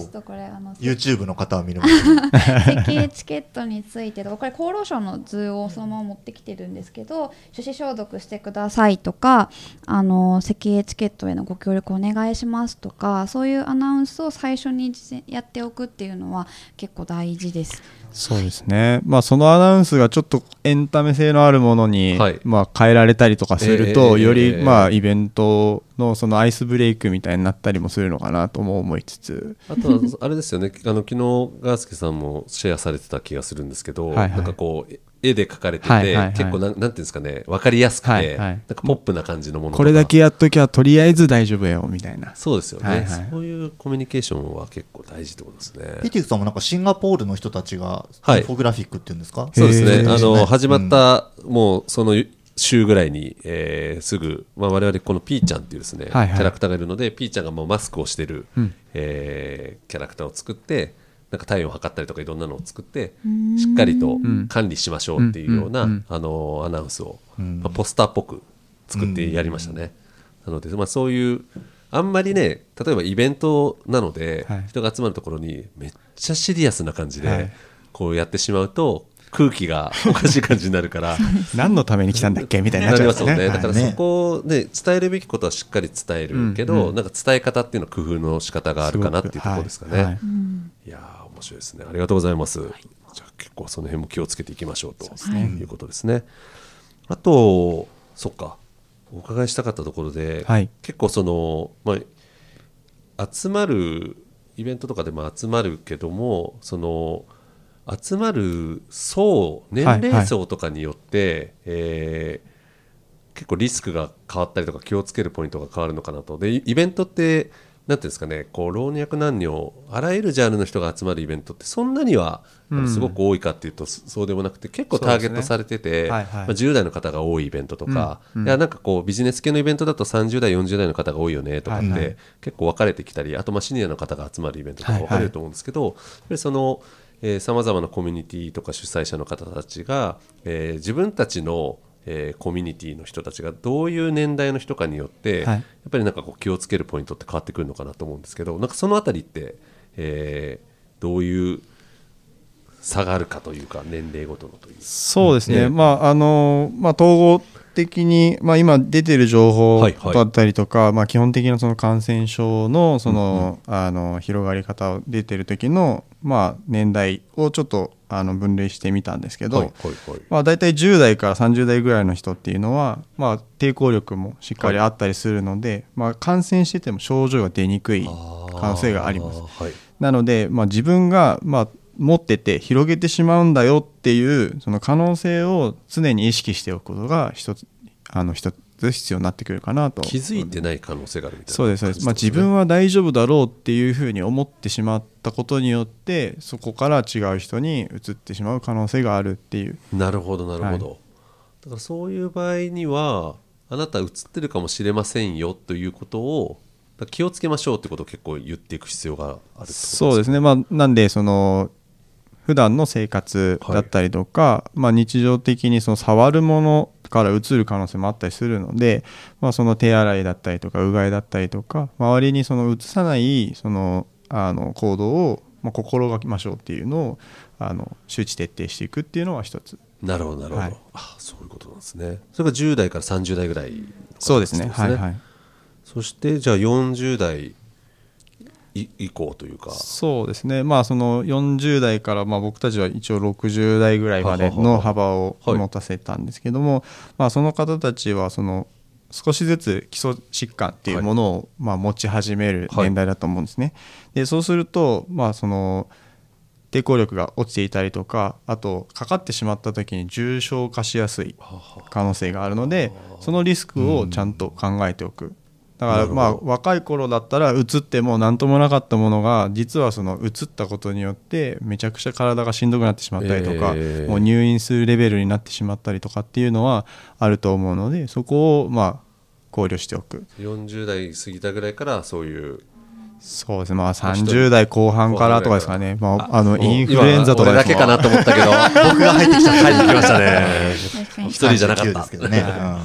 お
ちょっとこれあの
YouTube の方は見るもの
咳エチケットについてとか、これ厚労省の図をそのまま持ってきてるんですけど、手指消毒してくださいとか、あの咳エチケットへのご協力お願いしますとか、そういうアナウンスを最初にやっておくっていうのは結構大事です。
そうですね、まあ、そのアナウンスがちょっとエンタメ性のあるものに、はい、まあ、変えられたりとかすると、えー、より、まあ、イベントのそのアイスブレイクみたいになったりもするのかなとも思いつつ、
あとはあれですよねあの昨日ガースケさんもシェアされてた気がするんですけど、はいはい、なんかこう絵で描かれてて、はいはいはい、結構なん、なんていうんですかね、分かりやすくて、はいはい、なんかポップな感じのものとか、
これだけやっときゃとりあえず大丈夫よみたいな。
そうですよね、
はいはい、
そういうコミュニケーションは結構大事ってことですね。
ピティクさんもなんかシンガポールの人たちがインフォグラフィックっていうんですか、はい、
そうですね、あの始まった、うん、もうその週ぐらいに、えー、すぐ、まあ、我々このピーちゃんっていうですね、はいはい、キャラクターがいるので、ピーちゃんがもうマスクをしてる、うん、えー、キャラクターを作って、なんか体温を測ったりとかいろんなのを作ってしっかりと管理しましょうっていうような、うん、あのアナウンスを、まあ、ポスターっぽく作ってやりましたね。なので、まあ、そういうあんまりね、例えばイベントなので、はい、人が集まるところにめっちゃシリアスな感じでこうやってしまうと空気がおかしい感じになるから
何のために来たんだっけみたいになっちゃいますよね。
だからそこを、ね、伝えるべきことはしっかり伝えるけど、うんうん、なんか伝え方っていうのは工夫の仕方があるかなっていうところですかね。はいはい、いやー面白いですね。ありがとうございます。はい、じゃあ結構その辺も気をつけていきましょうということですね。あとそっかお伺いしたかったところで、はい、結構その、まあ、集まるイベントとかでも集まるけども、その集まる層年齢層とかによって、はいはい、えー、結構リスクが変わったりとか気をつけるポイントが変わるのかなと。でイベントってなんていうんですかね、こう老若男女あらゆるジャンルの人が集まるイベントってそんなにはすごく多いかっていうと、うん、そうでもなくて結構ターゲットされてて、ね、はいはい、まあ、じゅう代の方が多いイベントとか、うんうん、いやなんかこうビジネス系のイベントだとさんじゅう代よんじゅう代の方が多いよねとかって、はいはい、結構分かれてきたり、あとまあシニアの方が集まるイベントとか分かれると思うんですけど、はいはい、やっぱりそのさまざまなコミュニティとか主催者の方たちが、えー、自分たちのえー、コミュニティの人たちがどういう年代の人かによって、はい、やっぱりなんかこう気をつけるポイントって変わってくるのかなと思うんですけど、なんかそのあたりって、えー、どういう差があるかというか、年齢ごとのという。
そうですね、まああのまあ、統合的に、まあ、今出ている情報だったりとか、はいはい、まあ、基本的なその感染症 の, その、うんうん、あの広がり方を出ている時の、まあ、年代をちょっとあの分類してみたんですけど、はいはいはい、まあ、大体じゅう代からさんじゅう代ぐらいの人っていうのは、まあ、抵抗力もしっかりあったりするので、はい、まあ、感染してても症状が出にくい可能性があります。はい、なので、まあ、自分が、まあ、持ってて広げてしまうんだよっていうその可能性を常に意識しておくことが一つあの一つ必要になってくるかなと。
気づいてない可能性があるみたいな。
そうですそうです、まあ、自分は大丈夫だろうっていうふうに思ってしまったことによってそこから違う人に移ってしまう可能性があるっていう。
なるほどなるほど、はい、だからそういう場合にはあなた移ってるかもしれませんよということを気をつけましょうってことを結構言っていく必要があるってことですか。
そうですね、まあ、なんでその普段の生活だったりとか、はい、まあ、日常的にその触るものから移る可能性もあったりするので、まあ、その手洗いだったりとかうがいだったりとか周りにその移さないそのあの行動をまあ心がけましょうっていうのをあの周知徹底していくっていうのは一つ。
なるほどなるほど、はい、あ、そういうことなんですね。それがじゅう代からさんじゅう代ぐらいの方ですね。
そうですね、はいはい。
そしてじゃあよんじゅう代以降というか。
そうですね、まあ、そのよんじゅう代からまあ僕たちは一応ろくじゅう代ぐらいまでの幅を持たせたんですけども、まあ、その方たちはその少しずつ基礎疾患っていうものをまあ持ち始める年代だと思うんですね。でそうするとまあその抵抗力が落ちていたりとか、あとかかってしまった時に重症化しやすい可能性があるので、そのリスクをちゃんと考えておく。だからまあ若い頃だったらうつっても何ともなかったものが実はそのうつったことによってめちゃくちゃ体がしんどくなってしまったりとか、えー、もう入院するレベルになってしまったりとかっていうのはあると思うので、そこをまあ考慮しておく。
よんじゅう代過ぎたぐらいからそういう。
そうですね、まあ、さんじゅう代後半からとかですかね。まあ、あのインフルエンザとか
俺だけかなと思ったけど僕が入ってきちゃった入ってきましたね一人じゃなかった
ですけどね、うん、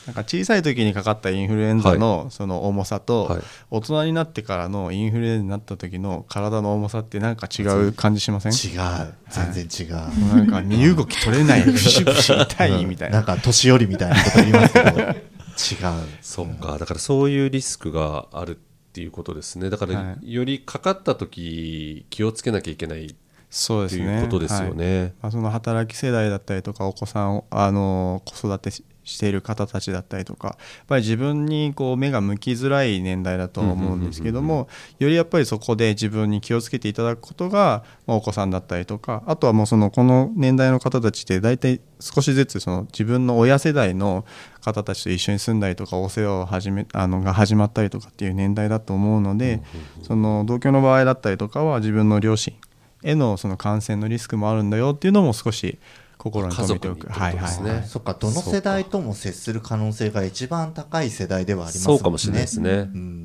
なんか小さい時にかかったインフルエンザのその重さと、
はい、
大人になってからのインフルエンザになった時の体の重さってなんか違う感じしません？
違う、全然違う、はい、
なんか身動き取れない、プシュプシュ痛いみたいな、
なんか年寄りみたいなこと言いますけど違う。
そっか、だからそういうリスクがあるっていうことですね。だから、はい、よりかかった時気をつけなきゃいけない
そうですね、
ということですよね。はい、
まあ、その働き世代だったりとかお子さんをあの子育てしている方たちだったりとか、やっぱり自分にこう目が向きづらい年代だと思うんですけども、よりやっぱりそこで自分に気をつけていただくことが、まあ、お子さんだったりとか、あとはもうそのこの年代の方たちって大体少しずつその自分の親世代の方たちと一緒に住んだりとかお世話を始めあのが始まったりとかっていう年代だと思うので、その同居の場合だったりとかは自分の両親へのその感染のリスクもあるんだよっていうのも少し心に留めておく。はいはいはい。
そっか、どの世代とも接する可能性が一番高い世代ではありますもんね。
そうかもしれないですね。うん、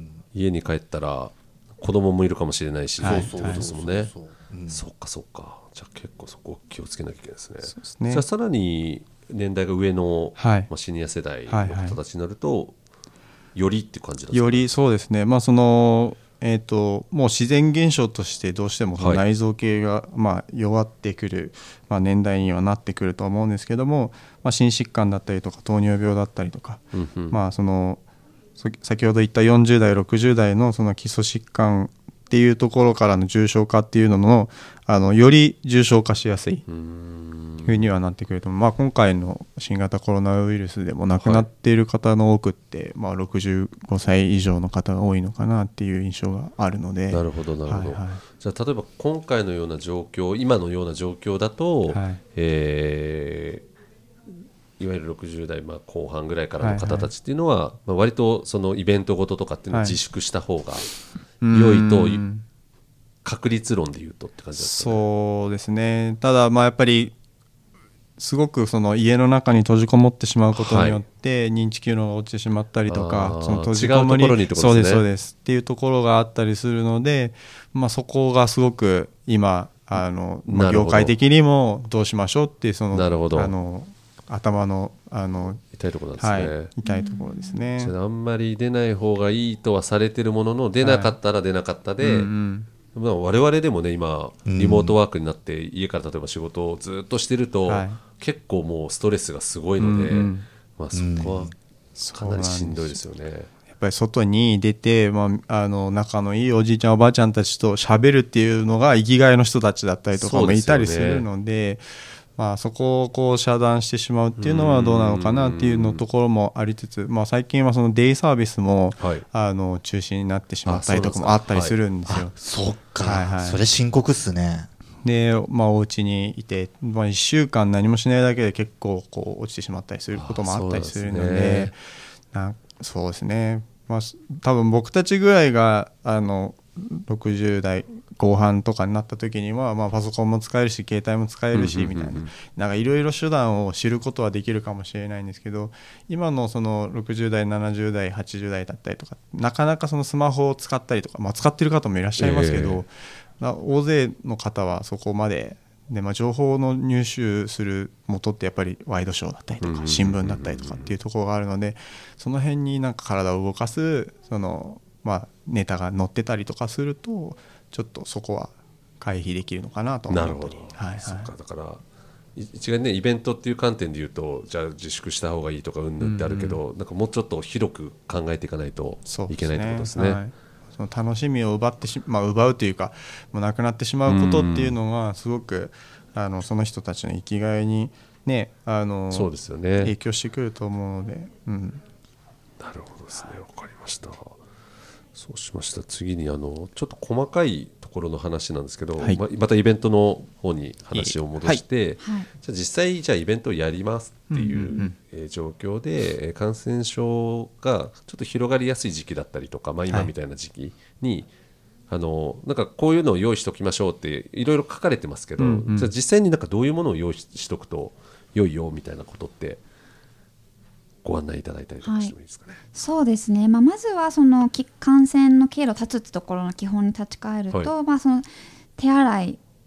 家に帰ったら子供もいるかもしれないし、
はい
そうですもんね。そっかそっか。じゃあ結構そこ気をつけなきゃいけないですね。そうですね。じゃあさらに年代が上の、はい、まあ、シニア世代の方たちになると、はいはい、よりっていう感じなんですか？
よりそうですね。まあそのえー、ともう自然現象としてどうしてもその内臓系がまあ弱ってくる、まあ、年代にはなってくると思うんですけども、まあ、心疾患だったりとか糖尿病だったりとか、うんうん、まあその先ほど言ったよんじゅう代ろくじゅう代のその基礎疾患っていうところからの重症化っていうのの、あのより重症化しやすいふうにはなってくると、まあ、今回の新型コロナウイルスでも亡くなっている方の多くって、はい、まあ、ろくじゅうごさい以上の方が多いのかなっていう印象があるので。
なるほどなるほど、はいはい、じゃあ例えば今回のような状況、今のような状況だと、はい、えー、いわゆるろくじゅう代、まあ、後半ぐらいからの方たちっていうのは、はいはい、まあ、割とそのイベントごととかっていうのを自粛した方が良いと、はい、確率論で言うとって感じですかね。
そうですね。ただまあやっぱりすごくその家の中に閉じこもってしまうことによって認知機能が落ちてしまったりとか、
はい、
その閉じこもり、
違うところにってことですね。
そうですそうですっていうところがあったりするので、まあ、そこがすごく今あの、まあ、業界的にもどうしましょうっていうその
なるほど、
あの頭のあの
痛いところなんですね、
はい、痛いところですね。
じゃあ、あんまり出ない方がいいとはされてるものの、出なかったら出なかったで、はい、うんうん、まあ、我々でもね今リモートワークになって家から例えば仕事をずっとしてると、はい、結構もうストレスがすごいので、うんうん、まあ、そこはかなりしんどいですよね。や
っぱり外に出て、まあ、あの仲のいいおじいちゃんおばあちゃんたちと喋るっていうのが生きがいの人たちだったりとかもいたりするので、まあ、そこをこう遮断してしまうっていうのはどうなのかなっていうのところもありつつ、まあ、最近はそのデイサービスも、はい、あの中止になってしまったりとかもあったりするんですよ。
あ、そっか、はいはい、それ深刻っすね。
で、まあ、お家にいて、まあ、いっしゅうかん何もしないだけで結構こう落ちてしまったりすることもあったりするの で, そうですね。なそうですね、まあ、多分僕たちぐらいがあのろくじゅう代後半とかになった時には、まあ、パソコンも使えるし携帯も使えるしみたいな、なんかいろいろ手段を知ることはできるかもしれないんですけど、今のそのろくじゅう代ななじゅう代はちじゅう代だったりとか、なかなかそのスマホを使ったりとか、まあ、使ってる方もいらっしゃいますけど、えー、大勢の方はそこまでで、まあ、情報の入手する元ってやっぱりワイドショーだったりとか新聞だったりとかっていうところがあるので、その辺になんか体を動かすその、まあ、ネタが載ってたりとかするとちょっとそこは回避できるのかなと思ったり。
なるほど、
はいはい、
そっか、だから一概にねイベントっていう観点で言うとじゃあ自粛した方がいいとかうんぬんってあるけど、うんうん、なんかもうちょっと広く考えていかないといけないってことですね。はい、
その楽しみを奪ってし、まあ、奪うというかもうなくなってしまうことっていうのがすごくあのその人たちの生きがいに、ね、あの
そうですよね、
影響してくると思うので、うん、
なるほどですね、わかりました。そうしましたら次にあのちょっと細かいところの話なんですけど、はい、ま, またイベントの方に話を戻して、はいはい、じゃあ実際じゃあイベントをやりますっていう、うんうんうん、えー、状況で感染症がちょっと広がりやすい時期だったりとか、まあ、今みたいな時期に、はい、あのなんかこういうのを用意しておきましょうっていろいろ書かれてますけど、うんうん、じゃあ実際になんかどういうものを用意しておくと良いよみたいなことってご案内いただいたりとかしてもいいですかね。はい、そうですね、
まあ、まずはその感染の経路を断つってところの基本に立ち返ると、はい、まあ、その手洗い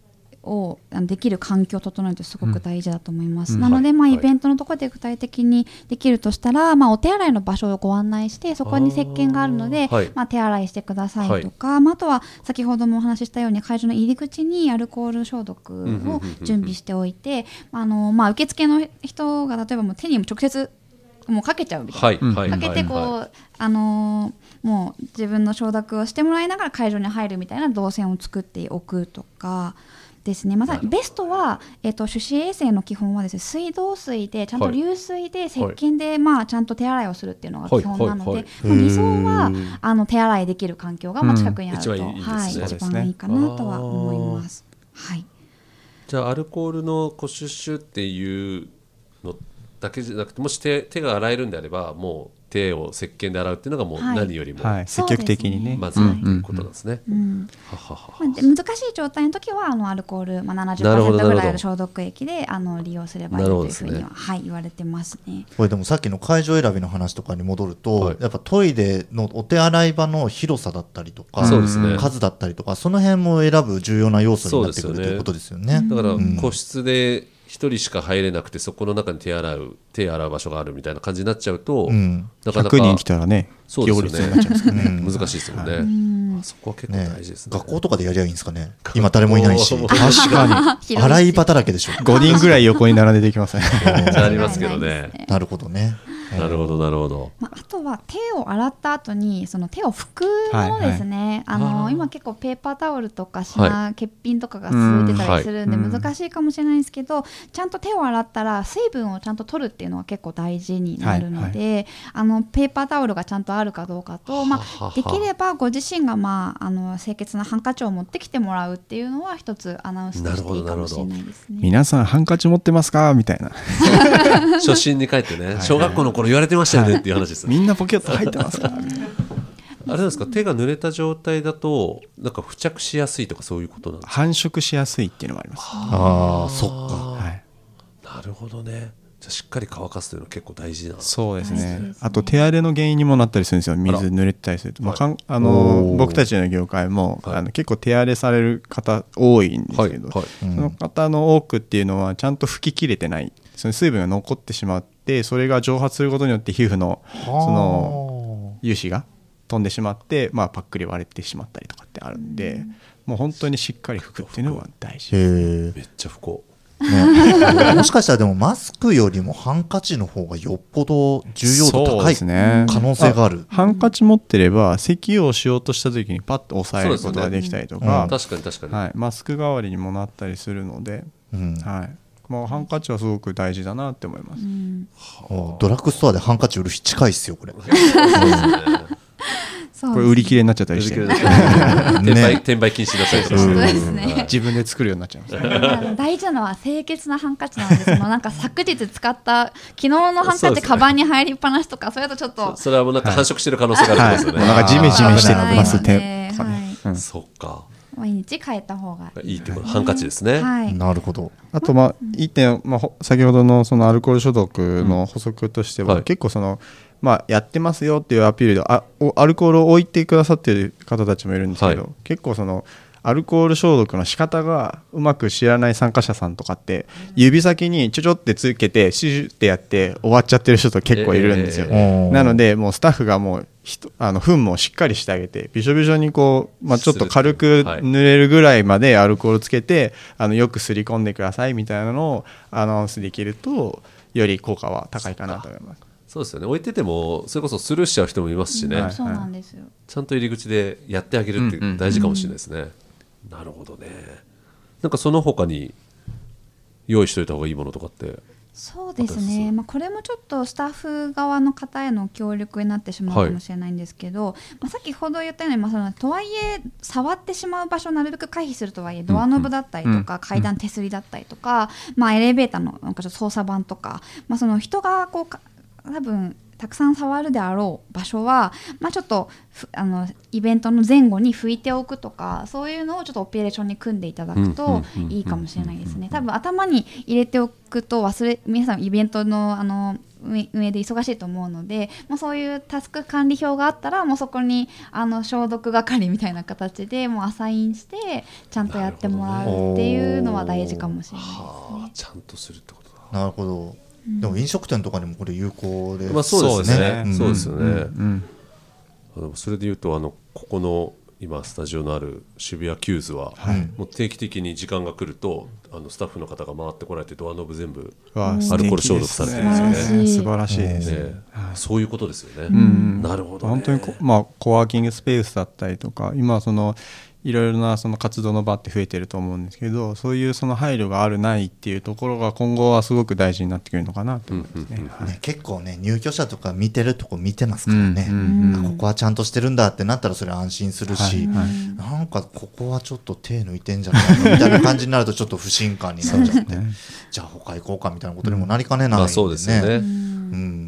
をできる環境を整えるってすごく大事だと思います、
うん、
なので、
はい
まあ、イベントのところで具体的にできるとしたら、まあ、お手洗いの場所をご案内してそこに石鹸があるので、
はい、
まあ、手洗いしてくださいとか、はい、まあ、あとは先ほどもお話ししたように会場の入り口にアルコール消毒を準備しておいて、あの、まあ、受付の人が例えばもう手に直接もうかけちゃうみたいな、はい、かけてこう、はいはい、あのー、もう自分の承諾をしてもらいながら会場に入るみたいな動線を作っておくとかですね。またベストは、えーと、手指衛生の基本はですね、水道水でちゃんと流水で石鹸で、まあ、ちゃんと手洗いをするっていうのが基本なので、はいはいはい、理想はあの手洗いできる環境がまあ近くにあると、うん、一番いいですね、はい、一番いいかなとは思います。はい、
じゃあアルコールのこうシュッシュっていうのだけじゃなくて、もし 手, 手が洗えるんであればもう手を石鹸で洗うっていうのがもう何よりも、
はいはい、積極的にね
まずということなんですね。難
しい状態の時はあのアルコール、まあ、ななじゅっパーセント ぐらいある消毒液であの利用すればいいというふうには、はい、言われてますね。
これでもさっきの会場選びの話とかに戻ると、はい、やっぱトイレのお手洗い場の広さだったりとか、そうですね、数だったりとかその辺も選ぶ重要な要素になってくるということですよね。
だから個室でひとりしか入れなくてそこの中に手洗う手洗う場所があるみたいな感じになっちゃうと、うん、なかなかひゃくにん
来たらね、
そうですよね、行列になっちゃうんですかね、うん、難しいですよね、はい、あそこは結構大事ですね。
学校とかでやりゃいいんですかね。今誰もいないし
確かに
洗い場だらけでしょ。
ごにんぐらい横に並んでできますね
ありますけどね。
なるほどね。
なるほどなるほど、
まあ、あとは手を洗った後にその手を拭くものですね、はいはい、あの今結構ペーパータオルとか品、はい、欠品とかが続いてたりするんで難しいかもしれないんですけど、はい、ちゃんと手を洗ったら水分をちゃんと取るっていうのは結構大事になるので、はいはい、あのペーパータオルがちゃんとあるかどうかと、まあ、できればご自身が、まあ、あの清潔なハンカチを持ってきてもらうっていうのは一つアナウンスとしていいかもしれないですね。
皆さんハンカチ持ってますかみたいな
初心に帰ってね、小学校の頃言われてましたよねっていう話です、
はい、みんなポケット入ってますか
あれなんですか、手が濡れた状態だとなんか付着しやすいとかそういうことなんですか。
繁殖しやすいっていうのもあります。
ああ、そっか、
はい、なるほどね。じゃあしっかり乾かすというのは結構大事な。
そうですね、ですね。あと手荒れの原因にもなったりするんですよ。水濡れてたりすると、まあ、かんあの僕たちの業界も、はい、あの結構手荒れされる方多いんですけど、はいはい、その方の多くっていうのはちゃんと拭ききれてない、その水分が残ってしまってそれが蒸発することによって皮膚のその油脂が飛んでしまって、まあ、パックリ割れてしまったりとかってあるんで、もう本当にしっかり拭くっていうのが大事。
めっちゃ拭こう、
ね、もしかしたらでもマスクよりもハンカチの方がよっぽど重要度高い可能性がある。
あ、ハンカチ持ってれば咳をしようとした時にパッと押さえることができたりとか、
うん、確かに確かに、
はい、マスク代わりにもなったりするので、うん、はい、まあ、ハンカチはすごく大事だなって思います、うん、
ドラッグストアでハンカチ売る日近いっすよこれ
これ売り切れになっちゃったりして
転売、転売禁止だったりとかして、
ですね、
自分で作るようになっちゃいます
大事なのは清潔なハンカチなので、そのなんか昨日使った昨日のハンカチカバンに入りっぱなしとか、それだとちょっと
そ, それはもうなんか繁殖してる可能性があるんですよね、
はいはい、なんかジメジメしてます手、
はい
うん、そっか、
毎日変えた方がいい
いいってこと、ハンカチですね、
はい、なるほど。
あと、まあ、いってん、まあ、先ほどのそのアルコール消毒の補足としては、うん、はい、結構その、まあ、やってますよっていうアピールであアルコールを置いてくださっている方たちもいるんですけど、はい、結構そのアルコール消毒の仕方がうまく知らない参加者さんとかって指先にちょちょってつけてシュッてやって終わっちゃってる人と結構いるんですよ、えー、なのでもうスタッフがもうあの糞もしっかりしてあげてびしょびしょにこう、まあ、ちょっと軽く濡れるぐらいまでアルコールつけてあのよくすり込んでくださいみたいなのをアナウンスできるとより効果は高いかなと思います。
そうですよね、置いててもそれこそスルーしちゃう人もいますしね、
うん、そうなんですよ。
ちゃんと入り口でやってあげるって大事かもしれないですね、うんうんうん、なるほどね。なんかその他に用意しておいた方がいいものとかって。
そうですね、まあ、これもちょっとスタッフ側の方への協力になってしまうかもしれないんですけど、はい、まあ、先ほど言ったように、まあ、そのとはいえ触ってしまう場所をなるべく回避するとはいえドアノブだったりとか、うん、階段手すりだったりとか、うん、まあ、エレベーターのなんかちょっと操作盤とか、まあ、その人がこう多分たくさん触るであろう場所は、まあ、ちょっとあのイベントの前後に拭いておくとか、そういうのをちょっとオペレーションに組んでいただくといいかもしれないですね。多分頭に入れておくと忘れ皆さんイベントのあの運営で忙しいと思うので、もうそういうタスク管理表があったらもうそこにあの消毒係みたいな形でもうアサインしてちゃんとやってもらうっていうのは大事かもしれないですね。
はあ、ちゃんとするってことだ。
なるほど、うん、でも飲食店とかにもこれ有効で、
まあ、そうですね、
うん、
そうですよね、
うん
うん、それでいうとあのここの今スタジオのある渋谷キューズは、はい、もう定期的に時間が来るとあのスタッフの方が回ってこられてドアノブ全部アルコール消毒されてるんですよね。
素晴らしいですね、
ね、そういうことですよね、
うん、
なるほどね。
本当にこ、まあ、コワーキングスペースだったりとか今そのいろいろなその活動の場って増えてると思うんですけど、そういうその配慮があるないっていうところが今後はすごく大事になってくるのかなと思いますね。
ね、結構ね入居者とか見てるとこ見てますからね、うんうんうん、ここはちゃんとしてるんだってなったらそれ安心するし、はいはい、なんかここはちょっと手抜いてんじゃないかみたいな感じになるとちょっと不信感になっちゃってね、じゃあ他行こうかみたいなことにもなりかねないんでね、まあ、そうですよね、うん、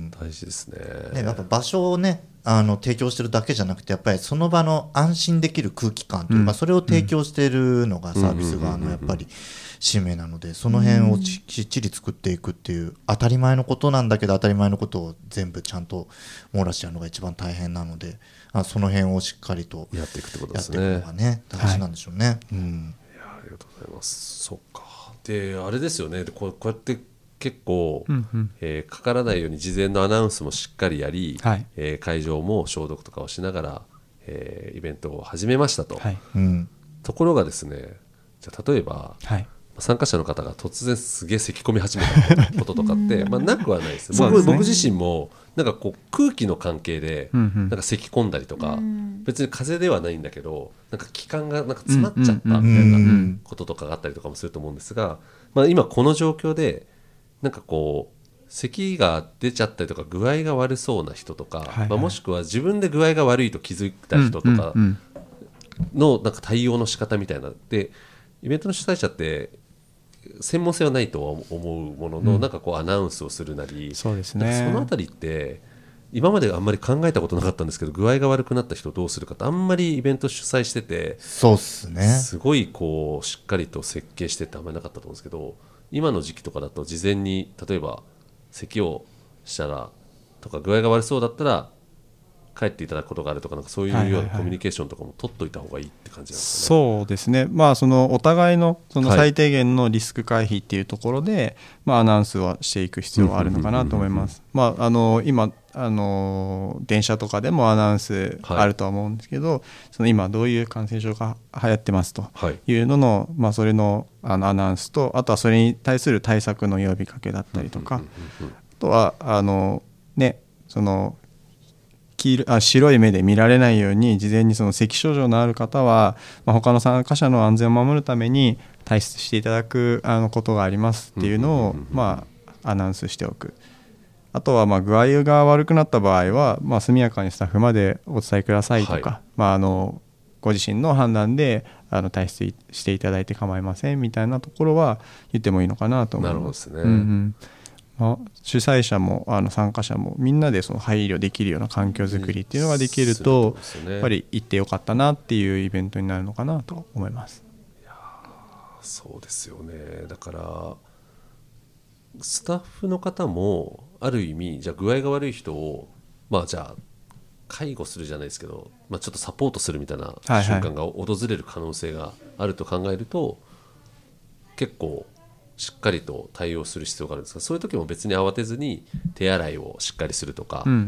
大事ですね。
ね、やっぱ場所をねあの提供してるだけじゃなくてやっぱりその場の安心できる空気感というか、うん、それを提供しているのがサービス側のやっぱり使命なので、その辺をちきっちり作っていくっていう当たり前のことなんだけど当たり前のことを全部ちゃんと網羅してやるのが一番大変なので、あその辺をしっかりと
やっていくってことですね。
やっていくのがね大事なんでしょうね、はい、うん、
いやありがとうございます。そっか。であれですよね、でこう、こうやって結構、うんうん、えー、かからないように事前のアナウンスもしっかりやり、はい、えー、会場も消毒とかをしながら、えー、イベントを始めましたと、はい、うん、ところがですね、じゃあ例えば、はい、参加者の方が突然すげえ咳き込み始めたこととかってまあなくはないです。僕、ですね、僕自身もなんかこう空気の関係でなんか咳き込んだりとか、うん、別に風邪ではないんだけどなんか気管がなんか詰まっちゃったみたいなこととかがあったりとかもすると思うんですが、まあ、今この状況でなんかこう咳が出ちゃったりとか具合が悪そうな人とか、はいはい、まあ、もしくは自分で具合が悪いと気づいた人とかのなんか対応の仕方みたいなで、イベントの主催者って専門性はないとは思うものの、うん、なんかこうアナウンスをするなり、そうですね、そのあたりって今まであんまり考えたことなかったんですけど、具合が悪くなった人をどうするかってあんまりイベント主催してて、
そうっすね、
すごいこうしっかりと設計してってあんまりなかったと思うんですけど、今の時期とかだと事前に例えば咳をしたらとか具合が悪そうだったら帰っていただくことがあるとか、なんかそういうようなコミュニケーションとかも取っといた方がいいって感じなんですかね。
そうですね、まあ、そのお互いのその最低限のリスク回避っていうところで、はい、まあ、アナウンスはしていく必要があるのかなと思います。まあ、あの今あの電車とかでもアナウンスあるとは思うんですけど、はい、その今どういう感染症が流行ってますというのの、まあ、それの、あのアナウンスと、あとはそれに対する対策の呼びかけだったりとか、あとはあの、ね、その黄色あ白い目で見られないように事前にその咳症状のある方は、まあ、他の参加者の安全を守るために退出していただくあのことがありますっていうのを、まあ、アナウンスしておく。あとはまあ具合が悪くなった場合は、まあ、速やかにスタッフまでお伝えくださいとか、はい、まあ、あのご自身の判断であの退出していただいて構いませんみたいなところは言ってもいいのかなと思います。
なるほどですね、うんうん、
まあ、主催者もあの参加者もみんなでその配慮できるような環境づくりっていうのができると、ね、やっぱり行ってよかったなっていうイベントになるのかなと思います。
いやそうですよね。だからスタッフの方もある意味じゃあ具合が悪い人をまあじゃあ介護するじゃないですけど、まあ、ちょっとサポートするみたいな瞬間が訪れる可能性があると考えると、はいはい、結構しっかりと対応する必要があるんですが、そういう時も別に慌てずに手洗いをしっかりするとか、うんうんうん、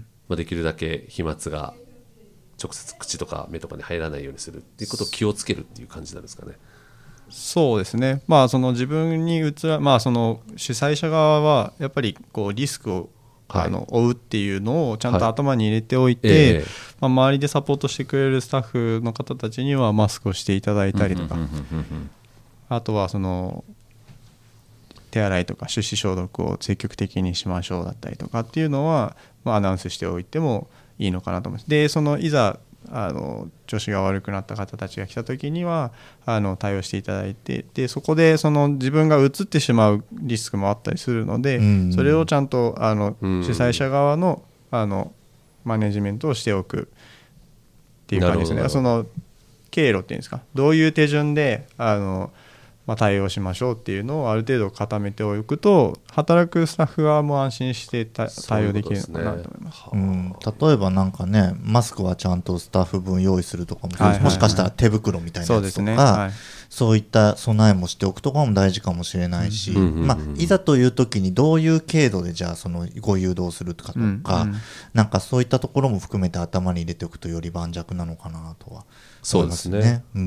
まあ、できるだけ飛沫が直接口とか目とかに入らないようにするっていうことを気をつけるっていう感じなんですかね。
そうですね、まあ、その自分にうつら、まあ、その主催者側はやっぱりこうリスクを、はい、あの負うっていうのをちゃんと頭に入れておいて、はい、えーまあ、周りでサポートしてくれるスタッフの方たちにはマスクをしていただいたりとか、あとはその手洗いとか手指消毒を積極的にしましょうだったりとかっていうのは、まあ、アナウンスしておいてもいいのかなと思います。でそのいざあの調子が悪くなった方たちが来た時にはあの対応していただいて、でそこでその自分がうつってしまうリスクもあったりするので、うん、それをちゃんとあの主催者側の、あのマネジメントをしておくっていう感じですね。その経路っていうんですか、どういう手順であのまあ、対応しましょうっていうのをある程度固めておくと働くスタッフ側も安心して対応できるのかなと思います。
うん、例えばなんかねマスクはちゃんとスタッフ分用意するとかも、
はいはいはい、
もしかしたら手袋みたいなやつとか、そうですね、はい、そういった備えもしておくとかも大事かもしれないし、うんうんうん、まあ、いざという時にどういう経度でじゃあそのご誘導するとかとか、うんうん、なんかそういったところも含めて頭に入れておくとより盤石なのかなとは思いますね。そうですね、うん、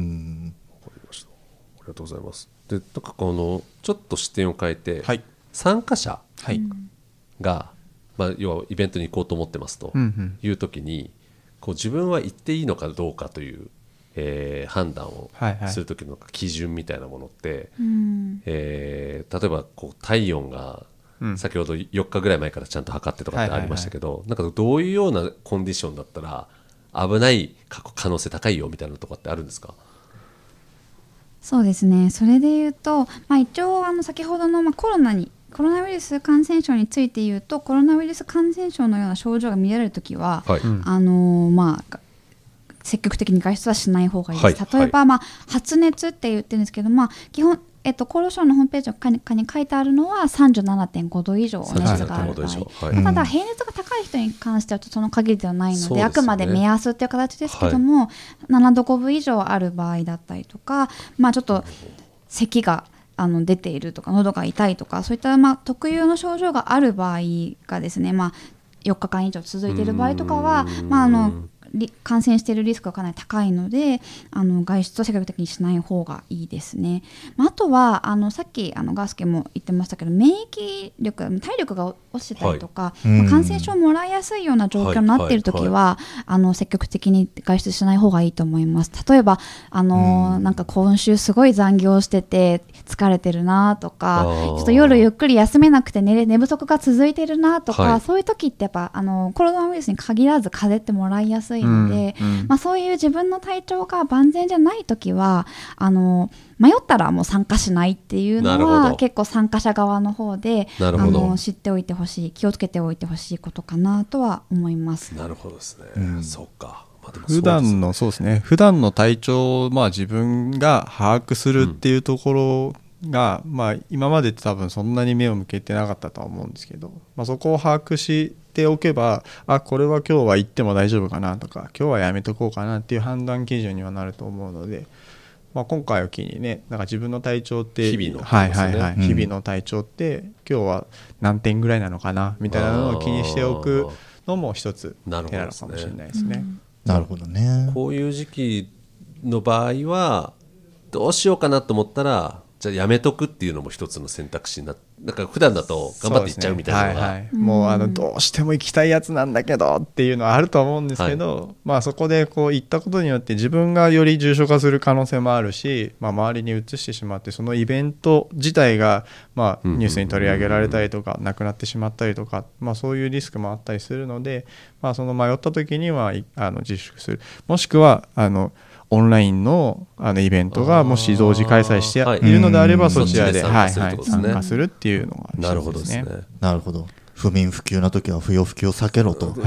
わかりました。ありがとうございます。でなんかこのちょっと視点を変えて、はい、参加者が、まあ、要はイベントに行こうと思ってますという時に、こう自分は行っていいのかどうかという、えー、判断をする時の基準みたいなものって、はいはい、えー、例えばこう体温が先ほどよっかぐらい前からちゃんと測ってとかってありましたけど、はいはいはい、なんかどういうようなコンディションだったら危ない可能性高いよみたいなとこってあるんですか？
そうですね、それで言うと、まあ、一応あの先ほどの、まあ、コロナにコロナウイルス感染症について言うとコロナウイルス感染症のような症状が見られるときは、はい、あのまあ、積極的に外出はしない方がいいです。はい、例えば、まあ、発熱って言ってるんですけど、まあ、基本えっと、厚労省のホームページに書いてあるのは さんじゅうななてんご 度以上熱がある場合、はい、ただ平熱が高い人に関してはその限りではないので、ね、あくまで目安っていう形ですけども、はい、ななどごぶ以上ある場合だったりとか、まあ、ちょっと咳があの出ているとか喉が痛いとかそういったまあ特有の症状がある場合がですね、まあ、よっかかん以上続いている場合とかは、まあ、あの感染しているリスクがかなり高いのであの外出を積極的にしない方がいいですね。まあ、あとはあのさっきあのガースケも言ってましたけど免疫力体力が落ちてたりとか、はい、まあ、感染症をもらいやすいような状況になっているときは、はいはいはい、あの積極的に外出しない方がいいと思います。例えばあのなんか今週すごい残業してて疲れてるなとかちょっと夜ゆっくり休めなくて 寝, 寝不足が続いてるなとか、はい、そういう時ってやっぱあのコロナウイルスに限らず風邪ってもらいやすいので、うんうん、まあ、そういう自分の体調が万全じゃないときはあの迷ったらもう参加しないっていうのは結構参加者側の方であの知っておいてほしい気をつけておいてほしいことかなとは思います。
なるほどですね、うん、そうか、まあ、でも
普段のそうですね普段の体調を、まあ、自分が把握するっていうところが、うん、まあ、今までって多分そんなに目を向けてなかったとは思うんですけど、まあ、そこを把握しておけばあこれは今日は行っても大丈夫かなとか今日はやめとこうかなっていう判断基準にはなると思うので、まあ、今回を機にねなんか自分の体調って
日々の、
はいはいはい、うん、日々の体調って今日は何点ぐらいなのかなみたいなのを気にしておくのも一つ手なのかもしれないですね。
なるほどね。
こういう時期の場合はどうしようかなと思ったらじゃあやめとくっていうのも一つの選択肢になって、なんか普段だと頑張っていっちゃうみたいなのが、
はいはい、もうあのどうしても行きたいやつなんだけどっていうのはあると思うんですけど、はい、まあ、そこでこう行ったことによって自分がより重症化する可能性もあるし、まあ、周りに移してしまってそのイベント自体がまあニュースに取り上げられたりとかなくなってしまったりとか、まあ、そういうリスクもあったりするので、まあ、その迷った時にはあの自粛する、もしくはあのオンライン の, あのイベントがもし同時開催しているのであればそちらで参加するっていうのが一つですね。
なるほどですね。
なるほど。不眠不休な時は不要不急を避けろともう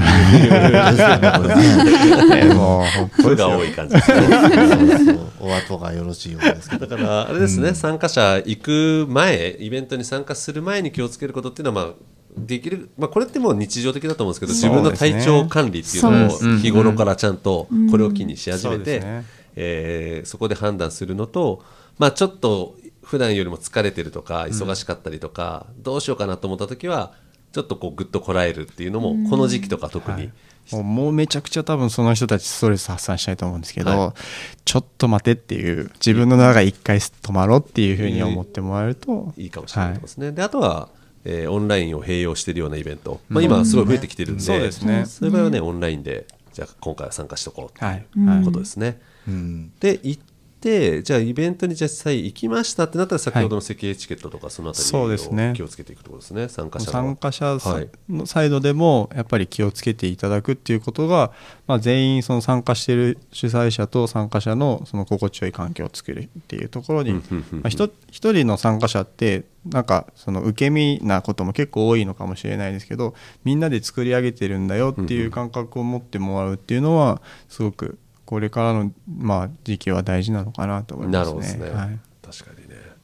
不が多い感じですね。
そうそうお後がよろしいようですけど、
だからあれですね、うん、参加者行く前イベントに参加する前に気をつけることっていうのはまあできる、まあ、これってもう日常的だと思うんですけど、自分の体調管理っていうのを日頃からちゃんとこれを機にし始めて、うんうん、えー、そこで判断するのと、まあ、ちょっと普段よりも疲れてるとか忙しかったりとか、うん、どうしようかなと思った時はちょっとこうグッとこらえるっていうのもこの時期とか特に、はい、
もう、もうめちゃくちゃ多分その人たちストレス発散したいと思うんですけど、はい、ちょっと待てっていう自分の中が一回止まろうっていうふうに思ってもらえると
いいかもしれないですね、はい、であとはえー、オンラインを併用しているようなイベント、まあ、今すごい増えてきてるんで、うん、そうですね、そういう場合はねオンラインでじゃあ今回は参加しとこうということですね、はい、うん、で行ってじゃあイベントに実際行きましたってなったら先ほどの席エチケットとかそのあたりを気をつけていくところですね。参加者の
参加者のサイドでもやっぱり気をつけていただくっていうことが、まあ、全員その参加している主催者と参加者のその心地よい環境を作るっていうところに、まあ、一人の参加者ってなんかその受け身なことも結構多いのかもしれないですけど、みんなで作り上げてるんだよっていう感覚を持ってもらうっていうのはすごくこれからのまあ時期は大事なのかなと思いますね。
なるほどですね、はい、確かにね。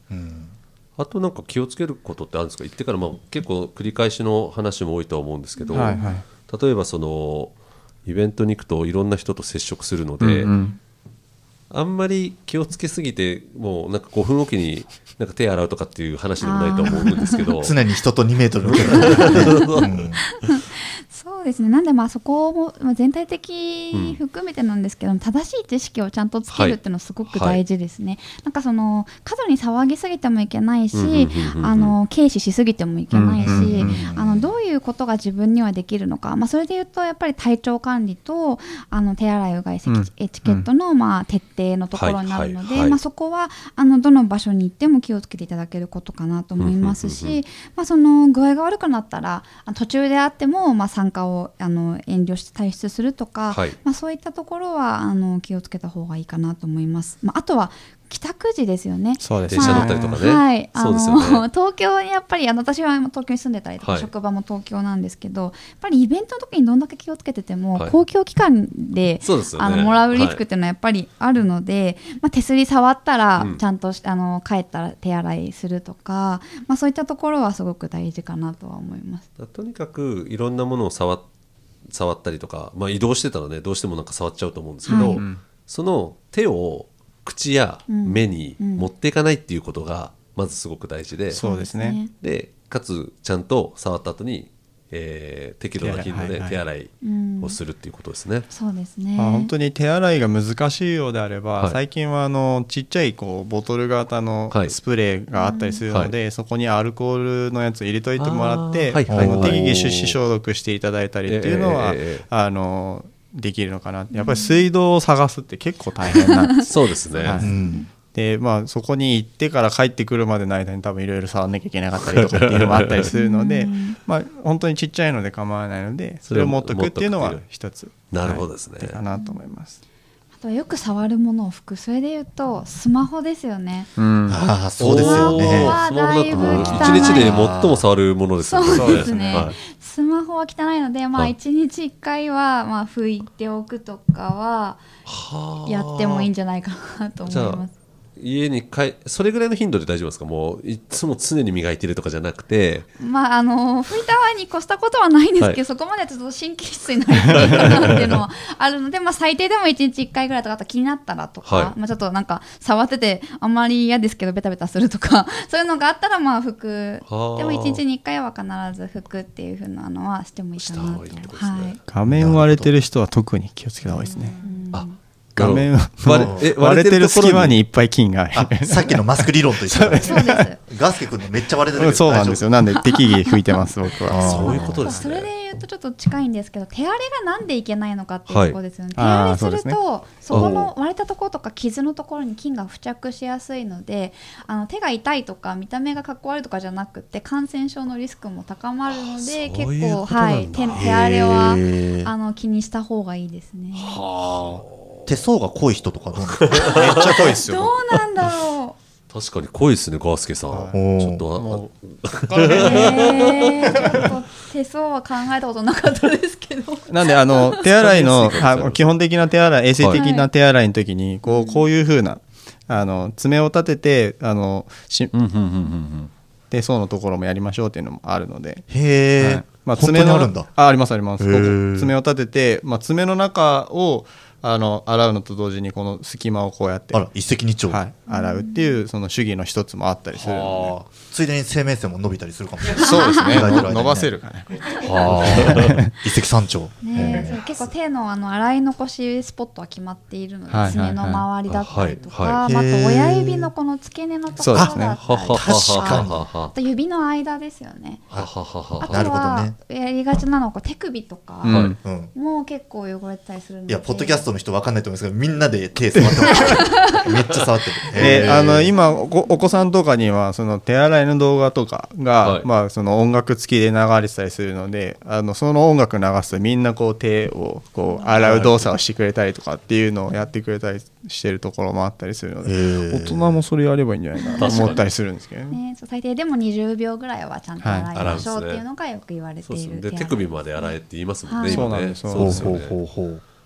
うん、
あとなんか気をつけることってあるんですか？行ってからまあ結構繰り返しの話も多いとは思うんですけど、
はいはい、
例えばそのイベントに行くといろんな人と接触するので、うんうん、あんまり気をつけすぎてもうなんかごふんおきになんか手洗うとかっていう話でもないと思うんですけど
常に人とにメートルの距離、ねうん、
そうですね。なんでまあそこも全体的に含めてなんですけど、うん、正しい知識をちゃんとつけるっていうのはすごく大事ですね、はいはい、なんかその過度に騒ぎすぎてもいけないし、あの軽視しすぎてもいけないし、あのどういうことが自分にはできるのか、まあ、それでいうとやっぱり体調管理とあの手洗いうがいエチケットのまあ徹底のところになるので、まあ、そこはあのどの場所に行っても気をつけていただけることかなと思いますし、まあ、その具合が悪くなったら途中であってもまあ参加をあの遠慮して退出するとか、はい、まあ、そういったところはあの気をつけた方がいいかなと思います。まあ、あとは帰宅時ですよね。
そうです
ね。電車乗ったりとかね。
はい、あの
そうですよね。
東京にやっぱりあの私は東京に住んでたりとか、はい、職場も東京なんですけど、やっぱりイベントの時にどんだけ気をつけてても、はい、公共機関で、
そうですよね、
あのもらうリスクっていうのはやっぱりあるので、はい、まあ、手すり触ったらちゃんと、うん、あの帰ったら手洗いするとか、まあ、そういったところはすごく大事かなとは思います。
とにかくいろんなものを触って触ったりとか、まあ、移動してたらねどうしてもなんか触っちゃうと思うんですけど、はい、その手を口や目に持っていかないっていうことがまずすごく大事で、
そうですね。
でかつちゃんと触った後に、えー、適度な頻度で手洗いをするっていうことですね。
そうですね。
まあ、本当に手洗いが難しいようであれば、はい、最近はあのちっちゃいこうボトル型のスプレーがあったりするので、はい、そこにアルコールのやつを入れといてもらって、はいはいはい、適宜手指消毒していただいたりっていうのは、えー、あのできるのかな。やっぱり水道を探すって結構大変なんです
そうですね、
はい、うん、でまあ、そこに行ってから帰ってくるまでの間に多分いろいろ触んなきゃいけなかったりとかっていうのもあったりするのでまあ本当にちっちゃいので構わないのでそれを持っとくっていうのは一つ
なるほどですね、
はい、かなと思います。
あとはよく触るものを拭く、それでいうとスマホですよね、
うん、あそうですよね。
スマホはだいぶ汚い、
一日で最も触るものですよね。
そうですね、はい、スマホは汚いので、まあ、いちにちいっかいはまあ拭いておくとかはやってもいいんじゃないかなと思います。
家に帰それぐらいの頻度で大丈夫ですか？もういつも常に磨いてるとかじゃなくて、
まあ、あの拭いた前に越したことはないんですけど、はい、そこまでちょっと神経質になりたいかなっていうのはあるので、まあ、最低でもいちにちいっかいぐらいとか、あと気になったらとか、はい、まあ、ちょっとなんか触っててあんまり嫌ですけどベタベタするとかそういうのがあったらまあ拭く、でもいちにちにいっかいは必ず拭くっていう風なのはしてもいいかなと。
画面割れてる人は特に気をつけた方がいいですね。あ、画面
割れ、
割れてる隙間にいっぱい菌が
ある。さっきのマスク理論と一緒です。ガスケ君のめっちゃ割れてるけど、
そうなんですよ。なんで適宜拭いてます僕は。
そういうことですね。
それで言うとちょっと近いんですけど、手荒れがなんでいけないのかっていうところですよね。はい、手荒れすると そ,、ね、そこの割れたところとか傷のところに菌が付着しやすいので、あの手が痛いとか見た目がかっこ悪いとかじゃなくて感染症のリスクも高まるので、結構、はい、手, 手荒れはあの気にした方がいいですね。
はあ、手相が濃い人とかどうなんですか？
めっちゃ濃いですよ。
どうなんだろう。
確かに濃いですね、ガースケさん。はい、ちょっとあ、
えー、ちょっと手相は考えたことなかったですけど。
なんであの手洗いの基本的な手洗い、衛生的な手洗いの時にこうこういう風なあの爪を立ててあのし、うんうんうんうん、手相のところもやりましょうっていうのもあるので。
へー、はい、
まあ、
爪のあるんだ。
あ、ありますあります。爪を立てて、まあ、爪の中をあの洗うのと同時にこの隙間をこうやって
あら一石二鳥、
はい、洗うっていうその主義の一つもあったりするので、
ついでに生命線も伸びたりするかもしれない。
そうですね伸ばせるかね。
は一石三鳥、
ね、それ結構手 の, あの洗い残しスポットは決まっているので、はいはいはい、爪の周りだったりとか、はいはい、あと親指のこの付け根のところだったりとか、
ね、確かに
あと指の間ですよね。
はははは
あとはやりがちなのは手首とかもう結構汚れたりするので、
いやポッドキャストの人分かんないと思いますけどみんなで手触ってますめっちゃ触ってる。
であの今 お, お子さんとかにはその手洗いの動画とかが、はい、まあ、その音楽付きで流れてたりするので、あのその音楽流すとみんなこう手をこう洗う動作をしてくれたりとかっていうのをやってくれたりしてるところもあったりするので、大人もそれやればいいんじゃないかなと思ったりするんですけど ね,
ね。最低でもにじゅうびょうぐらいはちゃんと洗いましょうっていうのがよく言われている、
はい、で手首まで洗えって言いますもんね、
うん、
今ね。
そうなんです。
そうですよね。
ほうほうほうほう。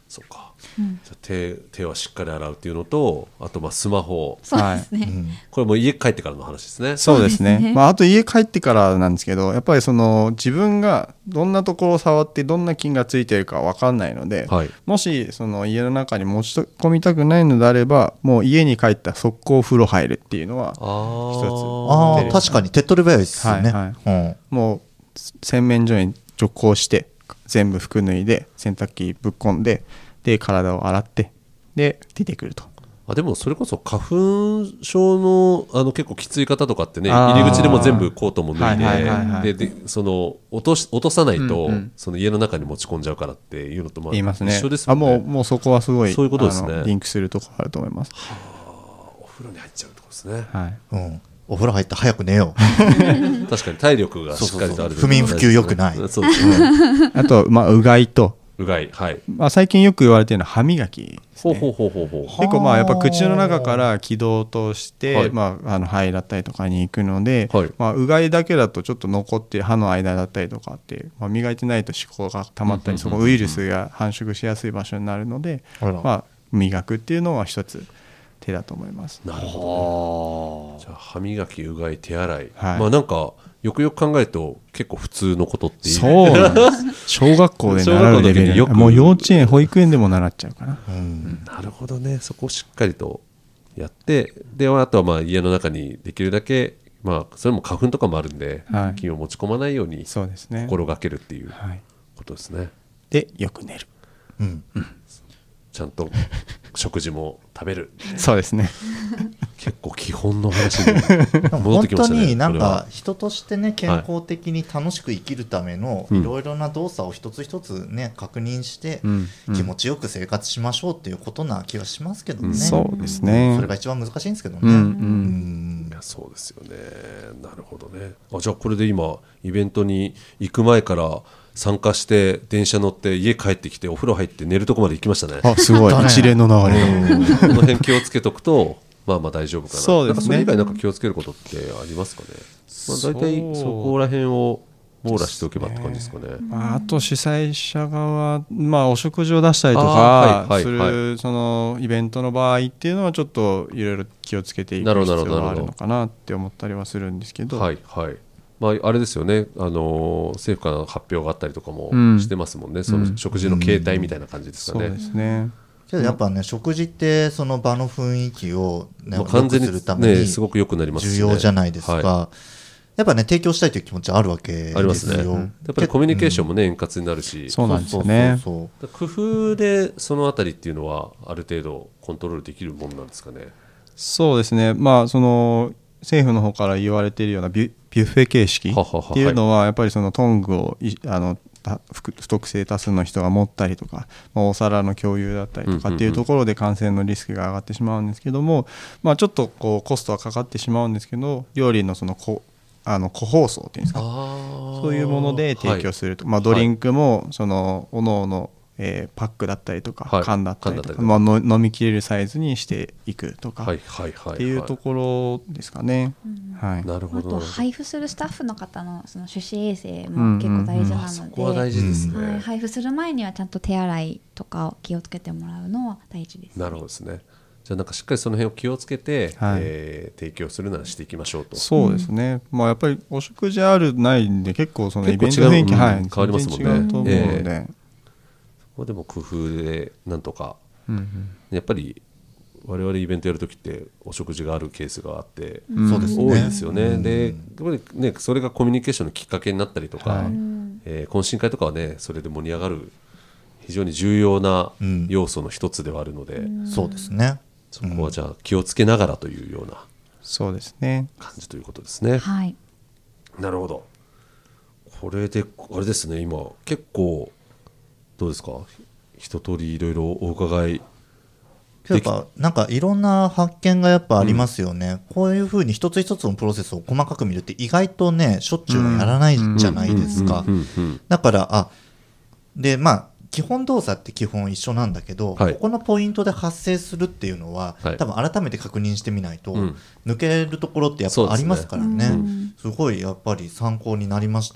そうか、
うん、
じゃあ 手, 手はしっかり洗うっていうのと、あとまあスマホ、
そうですね、
はい、うん、
これもう家帰ってからの話ですね。
そうですね。
そうですね。
まあ、あと家帰ってからなんですけど、やっぱりその自分がどんなところを触ってどんな菌がついているか分かんないので、
はい、
もしその家の中に持ち込みたくないのであれば、もう家に帰ったら速攻風呂入るっていうのは
あ
一つ。
あ、確かに手っ取り早いですよね。
はいはい、うん、もう洗面所に直行して全部服脱いで洗濯機ぶっ込んで、で体を洗ってで出てくると。
あでもそれこそ花粉症 の, あの結構きつい方とかってね、入り口でも全部コートも脱い で,、はいはいはいはい、で, でその 落, とし落とさないと、うんうん、その家の中に持ち込んじゃうからっていうのとまあ
言いますね。
一緒ですもんね。
あもう、もうそこはすごい
そういうことですね。
リンクするところあると思います。
はあ、お風呂に入っちゃうってことですね。
はい、
うん、お風呂入って早く寝よ
う確かに体力がしっかりとある。
不眠不休良くない。
そうですね。
あと、まあ、うがいと
うがい、はい、
まあ、最近よく言われているのは歯磨きですね。
ほうほうほうほうほう。
結構まあやっぱ口の中から気道を通して、
はい、
まあ、あの肺だったりとかに行くので、
はい、
まあ、うがいだけだとちょっと残って歯の間だったりとかって、まあ、磨いてないと歯垢が溜まったり、そこウイルスが繁殖しやすい場所になるので、まあ、磨くっていうのは一つ手だと思います。
なるほど、ね、じゃあ歯磨き、うがい、手洗い、
はい、
まあなんかよくよく考えると結構普通のことっていう。
そうなんです小学校で習うレベル、よくもう幼稚園保育園でも習っちゃうかな、
うん、なるほどね。そこをしっかりとやって、であとはまあ家の中にできるだけ、まあ、それも花粉とかもあるんで、はい、菌を持ち込まないように心がけるっていうことですね。
でよく寝る、
うんうん、
ちゃんと食事も食べる
そうですね
結構基本の話に戻ってきましたね。
本当になんか人としてね、健康的に楽しく生きるためのいろいろな動作を一つ一つね確認して気持ちよく生活しましょうっていうことな気がしますけどね、うん、
そうですね。
それが一番難しいんですけどね、
うんうん、
うん
いやそうですよね。なるほどね。あじゃあこれで今イベントに行く前から参加して電車乗って家帰ってきてお風呂入って寝るとこまで行きましたね。
あすごい一連の流れ
この辺気をつけとくとまあまあ大丈夫かな。
そうですね。
なんかそれ以外なんか気をつけることってありますかね。まあ、大体そこら辺を網羅しておけばって感じですかね。
まあ、あと主催者側、まあ、お食事を出したりとかするそのイベントの場合っていうのはちょっといろいろ気をつけていく必要があるのかなって思ったりはするんですけど、
はいはい。まあ、あれですよね、あの政府からの発表があったりとかもしてますもんね、うん、その食事の形態みたいな感じですかね、
うんうん、そうですね。
けどやっぱね、食事ってその場の雰囲気を、ね、
まあ、完全に、
良くするために
すごく良くなりますしね、
重要じゃないですか、はい、やっぱね提供したいという気持ちはあるわけですよ。
ありますね。やっぱりコミュニケーションもね、うん、円滑になるし、
そうなんですよね。
そうそうそう、工夫でそのあたりっていうのはある程度コントロールできるものなんですかね。
そうですね、まあその政府の方から言われているようなビュ、ビュッフェ形式っていうのはやっぱりそのトングをあの不特定多数の人が持ったりとか、まあ、お皿の共有だったりとかっていうところで感染のリスクが上がってしまうんですけども、まあ、ちょっとこうコストはかかってしまうんですけど、料理のそのこあの個包装っていうんですか、そういうもので提供すると、はい、まあ、ドリンクもそのおのおのえー、パックだったりとか、はい、缶だったりとか、まあ、の飲みきれるサイズにしていくとか、はいはいはいはい、っていうところですかね、うんはい、
なるほど。
あと配布するスタッフの方 の, その手指衛生も結構大事なので、うんうんうん、そこは大事ですね、はい、配布する前にはちゃんと手洗いとかを気をつけてもらうのは大事です、ね、
なるほどですね。じゃあなんかしっかりその辺を気をつけて、はい、えー、提供するならしていきましょうと。
そうですね、まあ、やっぱりお食事あるないんで結構そのイベント雰囲気、はい、変わりますもんね。違うと思うので、えー
でも工夫でなんとか、うんうん、やっぱり我々イベントやるときってお食事があるケースがあって、うん、多いですよね、うん、でやっぱりね、それがコミュニケーションのきっかけになったりとか、はい、えー、懇親会とかはねそれで盛り上がる非常に重要な要素の一つではあるので、
うん、そうですね、
そこはじゃあ気をつけながらというような
そうですね
感じということですね、
はい、
なるほど。これであれですね、今結構どうですか、一通りいろいろお伺い
やっぱなんかいろんな発見がやっぱありますよね、うん、こういうふうに一つ一つのプロセスを細かく見るって意外とねしょっちゅうはやらないじゃないですか。だからあでまあ基本動作って基本一緒なんだけど、はい、ここのポイントで発生するっていうのは、はい、多分改めて確認してみないと、うん、抜けるところってやっぱありますからね、すごいやっぱり参考になりましたね。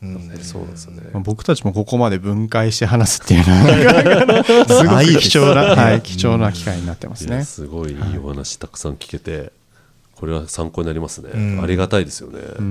うん、
そうなんですよね。
僕たちもここまで分解して話すっていうのはすごく貴重な、はい、貴重な機会になってますね。
すごいいいお話たくさん聞けて、これは参考になりますね、
うん、
ありがたいですよね、
うんうん、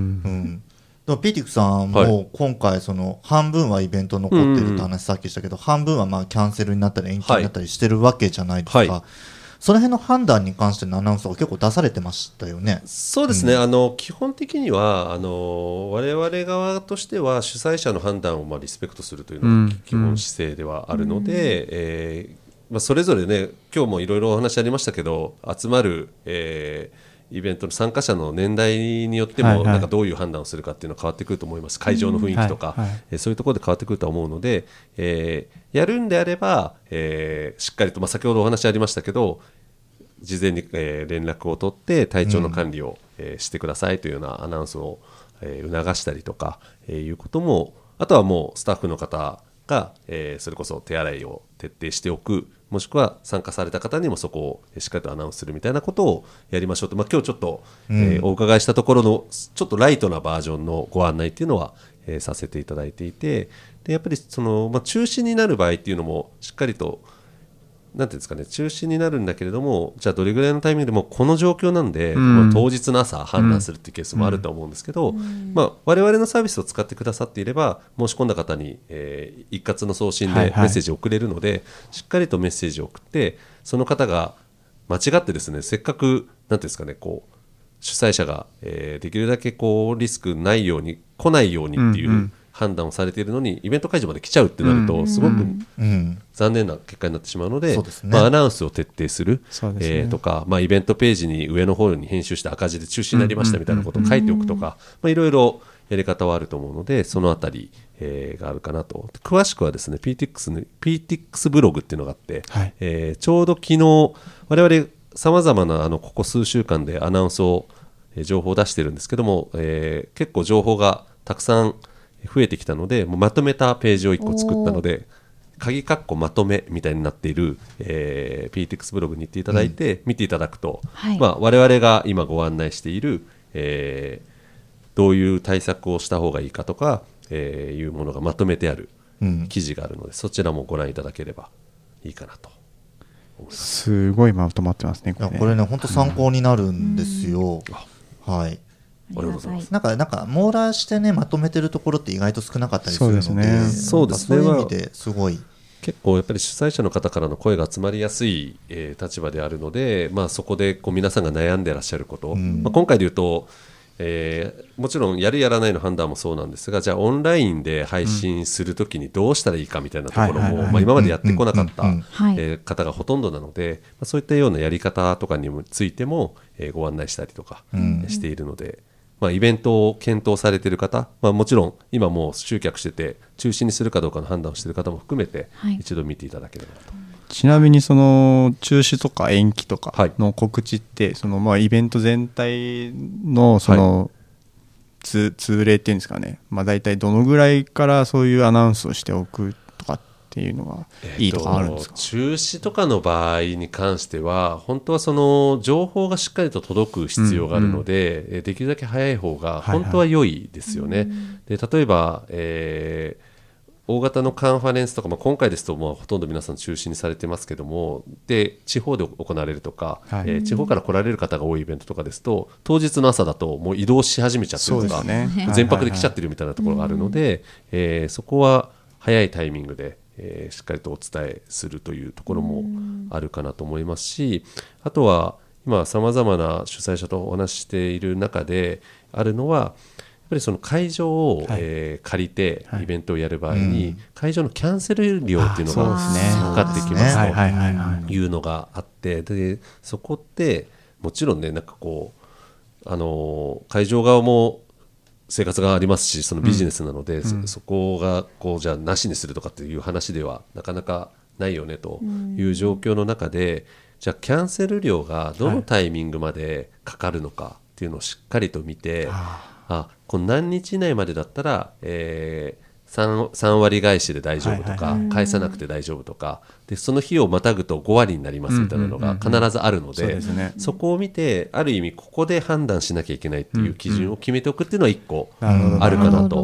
でもピーティックさんも今回その半分はイベント残ってるって話さっきしたけど、半分はまあキャンセルになったり延期になったりしてるわけじゃないですか、はいはい、その辺の判断に関してのアナウンスが結構出されてましたよね。
そうですね、うん、あの基本的にはあの我々側としては主催者の判断をまあリスペクトするというのが基本姿勢ではあるので、うんえーまあ、それぞれね今日もいろいろお話ありましたけど集まる、えーイベントの参加者の年代によってもなんかどういう判断をするかっていうのは変わってくると思います。会場の雰囲気とか、うんはいはい、そういうところで変わってくると思うので、えー、やるんであれば、えー、しっかりと、まあ、先ほどお話ありましたけど事前に、えー、連絡を取って体調の管理を、うんえー、してくださいというようなアナウンスを、えー、促したりとか、えー、いうことも、あとはもうスタッフの方が、えー、それこそ手洗いを徹底しておく、もしくは参加された方にもそこをしっかりとアナウンスするみたいなことをやりましょうと、まあ、今日ちょっと、うんえー、お伺いしたところのちょっとライトなバージョンのご案内っていうのは、えー、させていただいていて、でやっぱりその、まあ、中止になる場合っていうのもしっかりとなんていうんですかね、中止になるんだけれども、じゃあどれぐらいのタイミングでもこの状況なんで、うんまあ、当日の朝判断するっていうケースもあると思うんですけど、うんまあ、我々のサービスを使ってくださっていれば申し込んだ方に、えー、一括の送信でメッセージを送れるので、はいはい、しっかりとメッセージを送ってその方が間違ってですね、せっかくなんていうんですかね、こう主催者が、えー、できるだけこうリスクないように来ないようにっていう、うんうん判断をされているのにイベント会場まで来ちゃうってなるとすごく残念な結果になってしまうので、うんまあ、アナウンスを徹底する、ねえー、とか、まあ、イベントページに上の方に編集して赤字で中止になりましたみたいなことを書いておくとかいろいろやり方はあると思うので、そのあたり、えー、があるかなと。詳しくはですね ピーティックス の ピーティックス ブログっていうのがあって、はいえー、ちょうど昨日我々さまざまなあのここ数週間でアナウンスを情報を出してるんですけども、えー、結構情報がたくさん増えてきたので、もうまとめたページをいっこ作ったので、鍵括弧まとめみたいになっている、えー、ピーティックス ブログに行っていただいて、うん、見ていただくと、はいまあ、我々が今ご案内している、えー、どういう対策をした方がいいかとか、えー、いうものがまとめてある記事があるので、うん、そちらもご覧いただければいいかなと思います。
すごいまとまってますね。
これね、これね本当参考になるんですよ、うん、はい
ありがとうございます。
なんかなんか網羅してねまとめてるところって意外と少なかったりするので、
そうですね。
そういう意味ですごい
結構やっぱり主催者の方からの声が集まりやすい、えー、立場であるので、まあ、そこでこう皆さんが悩んでらっしゃること、うんまあ、今回でいうと、えー、もちろんやるやらないの判断もそうなんですが、じゃあオンラインで配信するときにどうしたらいいかみたいなところも、まあ、今までやってこなかった方がほとんどなので、まあ、そういったようなやり方とかについても、えー、ご案内したりとかしているので、うんまあ、イベントを検討されている方、まあ、もちろん今もう集客してて中止にするかどうかの判断をしている方も含めて一度見ていただければと、はい、
ちなみにその中止とか延期とかの告知って、はい、そのまあイベント全体のその通例っていうんですかね、まあ、大体どのぐらいからそういうアナウンスをしておくとかっていうのがいいとかあるんですか？
えーと、中止とかの場合に関しては本当はその情報がしっかりと届く必要があるので、うんうん、できるだけ早い方が本当は良いですよね、はいはい、で例えば、えー、大型のカンファレンスとか、まあ、今回ですとまあほとんど皆さん中止にされてますけども、で地方で行われるとか、はいえー、地方から来られる方が多いイベントとかですと当日の朝だともう移動し始めちゃってるとか、ね、全泊で来ちゃってるみたいなところがあるので、はいはいはいえー、そこは早いタイミングでえー、しっかりとお伝えするというところもあるかなと思いますし、あとは今さまざまな主催者とお話ししている中であるのはやっぱりその会場を、はいえー、借りてイベントをやる場合に、はい、会場のキャンセル料っていうのがかかってきますというのがあって、でそこってもちろんねなんかこうあの会場側も生活がありますしそのビジネスなので、うん、そ, そこがこうじゃあなしにするとかっていう話ではなかなかないよねという状況の中で、うん、じゃあキャンセル料がどのタイミングまでかかるのかっていうのをしっかりと見て、はい、あこの何日以内までだったら、えー3, さん割返しで大丈夫とか、はいはいはい、返さなくて大丈夫とかでその日をまたぐとご割になりますみたいなのが必ずあるので、そこを見てある意味ここで判断しなきゃいけないっていう基準を決めておくっていうのは一個あるかなと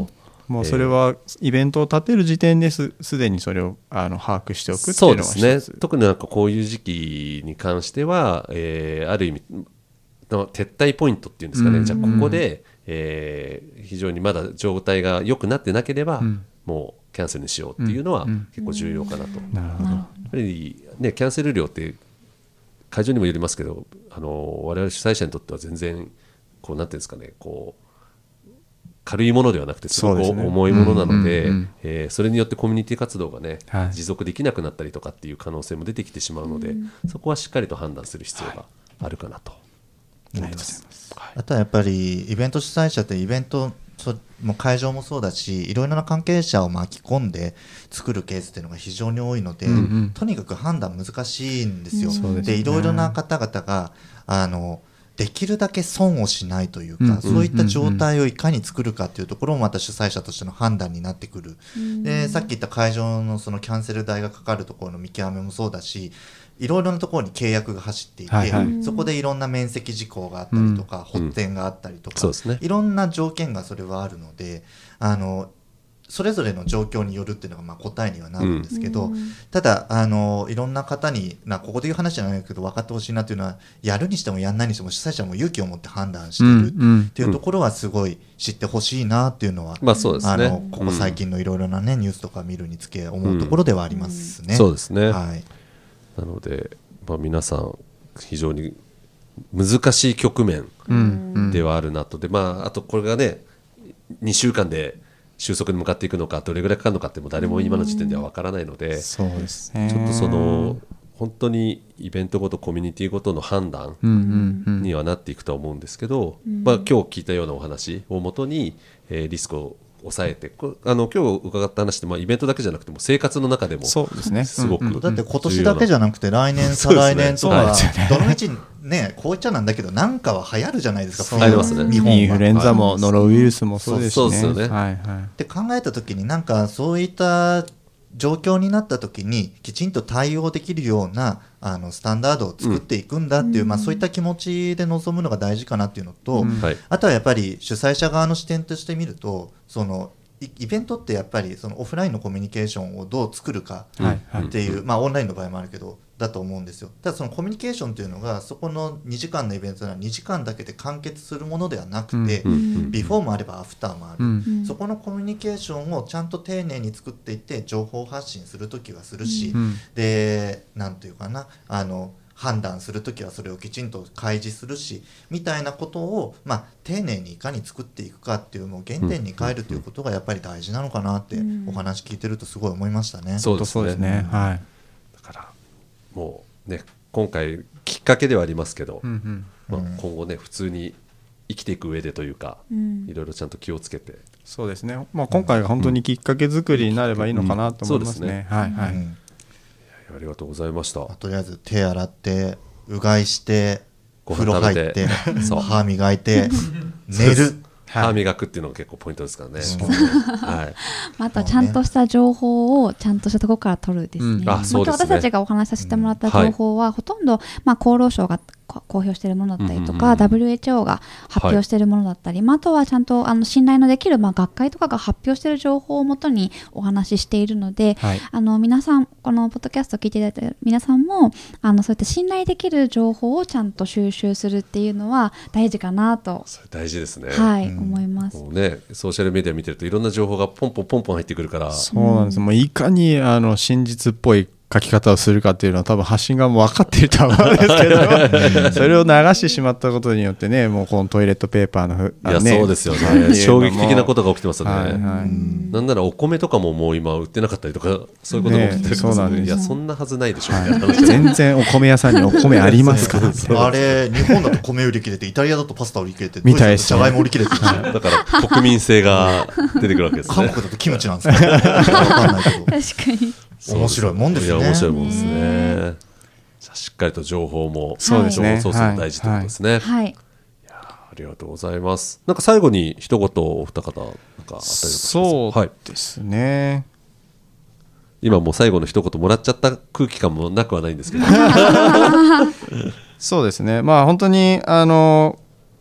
もうそれはイベントを立てる時点ですすでにそれをあの把握しておくっていう
そう
のが一つ。
ですね。特になんかこういう時期に関しては、えーある意味の撤退ポイントっていうんですかね、
うん
じゃあここで、えー非常にまだ状態が良くなってなければ、
うん
もうキャンセルにしようっていうのは
うん
結構重要かなと、
なるほど。
やっぱり、ね、キャンセル料って会場にもよりますけど、あの我々主催者にとっては全然こうなんていうんですかね、こう軽いものではなくてすごく
そうですね
重いものなので、
うんうんうん
えーそれによってコミュニティ活動がね、
はい
持続できなくなったりとかっていう可能性も出てきてしまうので、そこはしっかりと判断する必要があるかなと思います。はい
あとはやっぱりイベント主催者ってイベントそもう会場もそうだしいろいろな関係者を巻き込んで作るケースっていうのが非常に多いので、
うんうん、
とにかく判断難しいんですよ。
そうですね
でいろいろな方々があのできるだけ損をしないというか、
うん
そういった状態をいかに作るかっていうところもまた主催者としての判断になってくる、でさっき言った会場のそのキャンセル代がかかるところの見極めもそうだしいろいろなところに契約が走っていて、
はいはい、
そこでいろんな面積事項があったりとか、うん、発展があったりとか、
そうですね、
いろんな条件がそれはあるのであのそれぞれの状況によるっていうのがまあ答えにはなるんですけど、うん、ただあのいろんな方になここで言う話じゃないけど分かってほしいなというのはやるにしてもやんないにしても主催者も勇気を持って判断しているっていうところはすごい知ってほしいなっていうのは、
まあそうですね、
あのここ最近のいろいろな、ね、ニュースとか見るにつけ思うところではありますね。
うん、そうですね、
はい、
なので、まあ、皆さん非常に難しい局面ではあるなと、で、まあ、あとこれがねにしゅうかんで収束に向かっていくのかどれぐらいかかるのかっても誰も今の時点では分からないので、
そうですね、
ちょっとその本当にイベントごとコミュニティごとの判断にはなっていくとは思うんですけど、うんうんうん、まあ、今日聞いたようなお話をもとに、えー、リスクを抑えてこあの今日伺った話って、まあ、イベントだけじゃなくても生活の中でも
そうですね、
すごく、うんうん、
だって今年だけじゃなくて来年再来年とか、ね、どの道ねこういっちゃなんだけどなんかは流行るじゃないですか。
流行りますね。
日本は
インフルエンザもノロウイルスもそうですしね。
そうですよね。
はいはい。
って考えた時になんかそういった状況になった時にきちんと対応できるようなあのスタンダードを作っていくんだっていう、うん、まあ、そういった気持ちで臨むのが大事かなっていうのと、うん、あとはやっぱり主催者側の視点として見るとそのイベントってやっぱりそのオフラインのコミュニケーションをどう作るかっていう、まあ、オンラインの場合もあるけどだと思うんですよ。ただそのコミュニケーションというのがそこのにじかんのイベントならにじかんだけで完結するものではなくて、うん、ビフォーもあればアフターもある、うん、そこのコミュニケーションをちゃんと丁寧に作っていって情報発信するときはするし、うん、でなんていうかなあの判断するときはそれをきちんと開示するしみたいなことを、まあ、丁寧にいかに作っていくかっていうのを原点に変えるということがやっぱり大事なのかなってお話聞いてるとすごい思いましたね。
そうですね、はい、だからもうね今回きっかけではありますけど、うんうんまあ、今後ね普通に生きていく上でというか、うん、いろいろちゃんと気をつけて
そうですね、まあ、今回が本当にきっかけ作りになればいいのかなと思いますね。はいはい、うん
ありがとうございました。
とりあえず手洗ってうがいして風呂入って歯磨いて寝る
歯磨くっていうのが結構ポイントですからね、はい、
あとちゃんとした情報をちゃんとしたところから取るですね、うん、あそうですね。私たちがお話しさせてもらった情報は、うんはい、ほとんど、まあ、厚労省が公表しているものだったりとか、うんうんうん、ダブリューエイチオー が発表しているものだったり、はいまあ、あとはちゃんとあの信頼のできる、まあ、学会とかが発表している情報をもとにお話ししているので、はい、あの皆さんこのポッドキャストを聞いていただいている皆さんもあのそういった信頼できる情報をちゃんと収集するっていうのは大事かなと
それ大事ですね、
はい、うん、思います。
もうね、ソーシャルメディア見てるといろんな情報がポンポンポンポン入ってくるから
そうなんです、もういかにあの真実っぽい書き方をするかっていうのは多分発信側も分かっているとは思うんですけどそれを流してしまったことによってねもうこのトイレットペーパーのふ
いや、ね、そうですよね衝撃的なことが起きてますよね、はいはい、なんならお米とかももう今売ってなかったりとかそういうことも起きてるんですよ、ね、そうなんです。いやそんなはずないでしょう、はい、
全然お米屋さんにお米ありますから
あれ日本だと米売り切れてイタリアだとパスタ売り切れてみたいです、ね、じゃがいも売り切れてる、
はい、だから国民性が出てくるわけですね
韓国だとキムチなんですか分かんないけど
確かに
面白いもんですね。
いや面白いもんですね。じゃあしっかりと情報も、
そうですね、
情報ソースも大事ということですね。
はい。い
やありがとうございます。なんか最後に一言お二方なんかあったりとか。
そうですね。はい、
今もう最後の一言もらっちゃった空気感もなくはないんですけど。
そうですね。まあ本当にあの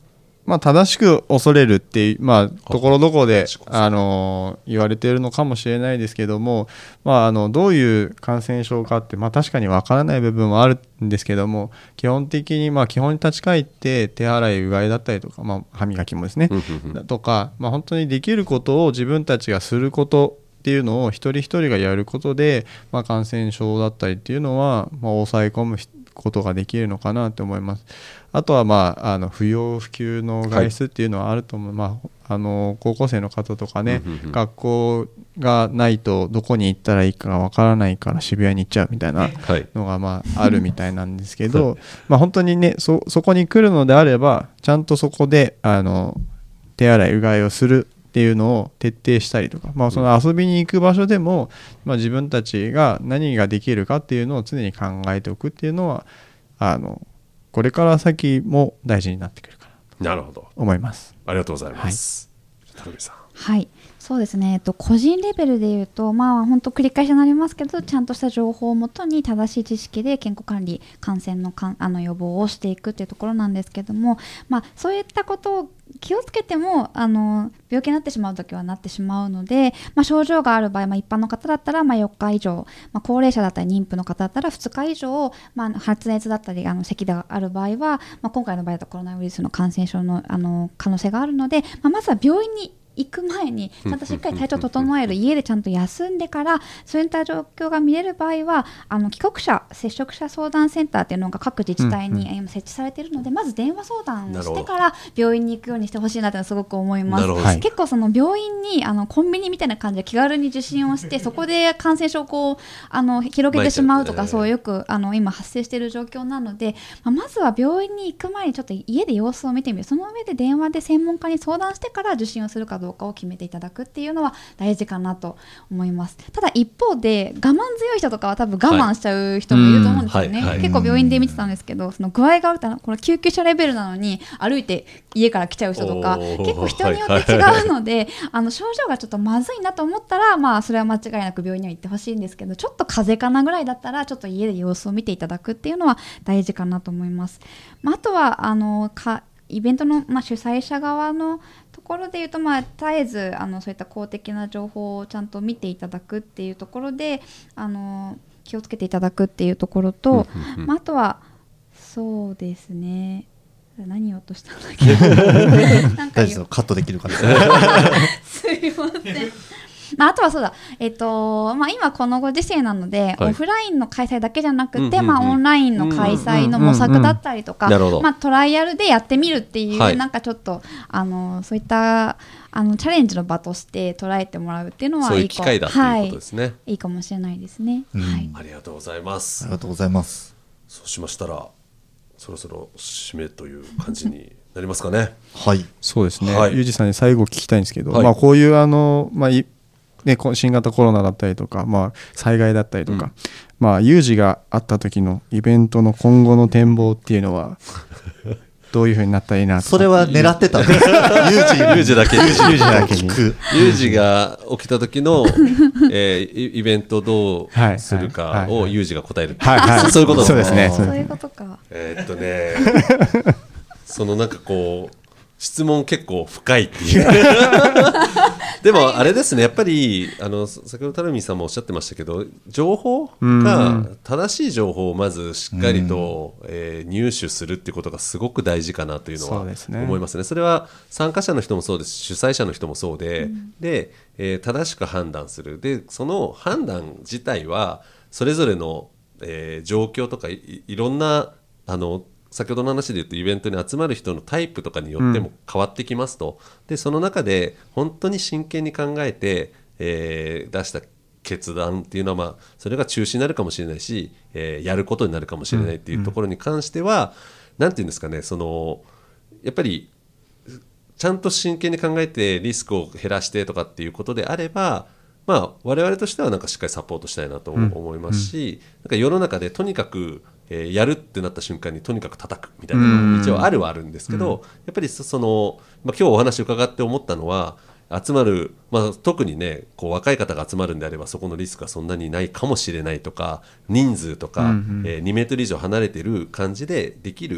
まあ、正しく恐れるっていう、まあ、ところどころで、あの言われているのかもしれないですけども、まあ、あのどういう感染症かって、まあ、確かにわからない部分もあるんですけども、基本的に、まあ、基本に立ち返って手洗いうがいだったりとか、まあ、歯磨きもですねだとか、まあ、本当にできることを自分たちがすることっていうのを一人一人がやることで、まあ、感染症だったりっていうのは、まあ、抑え込むことができるのかなと思います。あとは、まあ、あの不要不急の外出っていうのはあると思う、はい、まあ、あの高校生の方とかね、うんうんうん、学校がないとどこに行ったらいいかわからないから渋谷に行っちゃうみたいなのが、まあ、あるみたいなんですけど、はい、まあ、本当にね そ, そこに来るのであればちゃんとそこであの手洗いうがいをするっていうのを徹底したりとか、まあ、その遊びに行く場所でも、まあ、自分たちが何ができるかっていうのを常に考えておくっていうのはあのこれから先も大事になってくるかなと思います。
ありがとうございます。はい、田辺さん。
はい、そうですね、えっと、個人レベルでいうと、まあ、本当繰り返しになりますけど、ちゃんとした情報をもとに正しい知識で健康管理、感染のかんあの予防をしていくというところなんですけども、まあ、そういったことを気をつけてもあの病気になってしまうときはなってしまうので、まあ、症状がある場合、まあ、一般の方だったらまあよっか以上、まあ、高齢者だったり妊婦の方だったらふつか以上、まあ、発熱だったりあの咳がある場合は、まあ、今回の場合だとコロナウイルスの感染症の、あの可能性があるので、まあ、まずは病院に行く前にちゃんとしっかり体調を整える、家でちゃんと休んでからそういった状況が見れる場合はあの帰国者接触者相談センターっていうのが各自治体に今設置されているので、まず電話相談をしてから病院に行くようにしてほしいなというのはすごく思います。結構その病院にあのコンビニみたいな感じで気軽に受診をしてそこで感染症をこうあの広げてしまうとか、そうよくあの今発生している状況なので、まあ、まずは病院に行く前にちょっと家で様子を見てみる、その上で電話で専門家に相談してから受診をするかどうかどうかを決めていただくっていうのは大事かなと思います。ただ一方で我慢強い人とかは多分我慢しちゃう人もいると思うんですよね、はい、結構病院で見てたんですけど、その具合が悪くてこれ救急車レベルなのに歩いて家から来ちゃう人とか結構人によって違うので、はいはい、あの症状がちょっとまずいなと思ったら、まあ、それは間違いなく病院には行ってほしいんですけど、ちょっと風邪かなぐらいだったらちょっと家で様子を見ていただくっていうのは大事かなと思います。まあ、あとはあのかイベントの、まあ、主催者側のところでいうと、まあ、絶えずあのそういった公的な情報をちゃんと見ていただくっていうところであの気をつけていただくっていうところと、まあ、あとはそうですね、何を落としたんだっけなんか大
丈夫、カットできるから
すいませんまあ、あとはそうだ、えっとまあ、今このご時世なので、はい、オフラインの開催だけじゃなくて、うんうんうん、まあ、オンラインの開催の模索だったりとか、まあ、トライアルでやってみるっていう、はい、なんかちょっとあのそういったあのチャレンジの場として捉えてもらうっていうのはいいか、
そういう機会だということですね、
はい、いいかもしれないですね、
うん、
はい、
ありがとうございます。
ありがとうございます。
そうしましたらそろそろ締めという感じになりますかね
はい、
そうですね、
はい、
ゆうじさんに最後聞きたいんですけど、
はい、
まあ、こういうあの、まあいね、新型コロナだったりとか、まあ、災害だったりとか、うん、まあ、有事があった時のイベントの今後の展望っていうのはどういう風になったらいいなと。
それは狙ってたんです
有事だけに
有事だけに
有事が起きた時の、えー、イベントどうするかを有事が答える、
はいはいはい、
そういうこと
そうですね。
そういうことか。
えー、っとねそのなんかこう質問結構深いっていうでもあれですね、やっぱりあの先ほどタルミさんもおっしゃってましたけど、情報が正しい情報をまずしっかりと、えー、入手するっていうことがすごく大事かなというのは思いますね。それは参加者の人もそうですし主催者の人もそうで、うん、で、えー、正しく判断する。でその判断自体はそれぞれの、えー、状況とか い, いろんなあの先ほどの話で言うとイベントに集まる人のタイプとかによっても変わってきますと、うん、でその中で本当に真剣に考えて、えー、出した決断っていうのは、まあ、それが中止になるかもしれないし、えー、やることになるかもしれないっていうところに関しては、うん、なんていうんですかね、そのやっぱりちゃんと真剣に考えてリスクを減らしてとかっていうことであれば、まあ、我々としてはなんかしっかりサポートしたいなと思いますし、うんうん、なんか世の中でとにかくえー、やるってなった瞬間にとにかく叩くみたいなのも一応あるはあるんですけど、やっぱりその、まあ、今日お話伺って思ったのは集まる、まあ、特にねこう若い方が集まるんであればそこのリスクはそんなにないかもしれないとか、人数とか、うんうんえー、にメートル以上離れてる感じでできる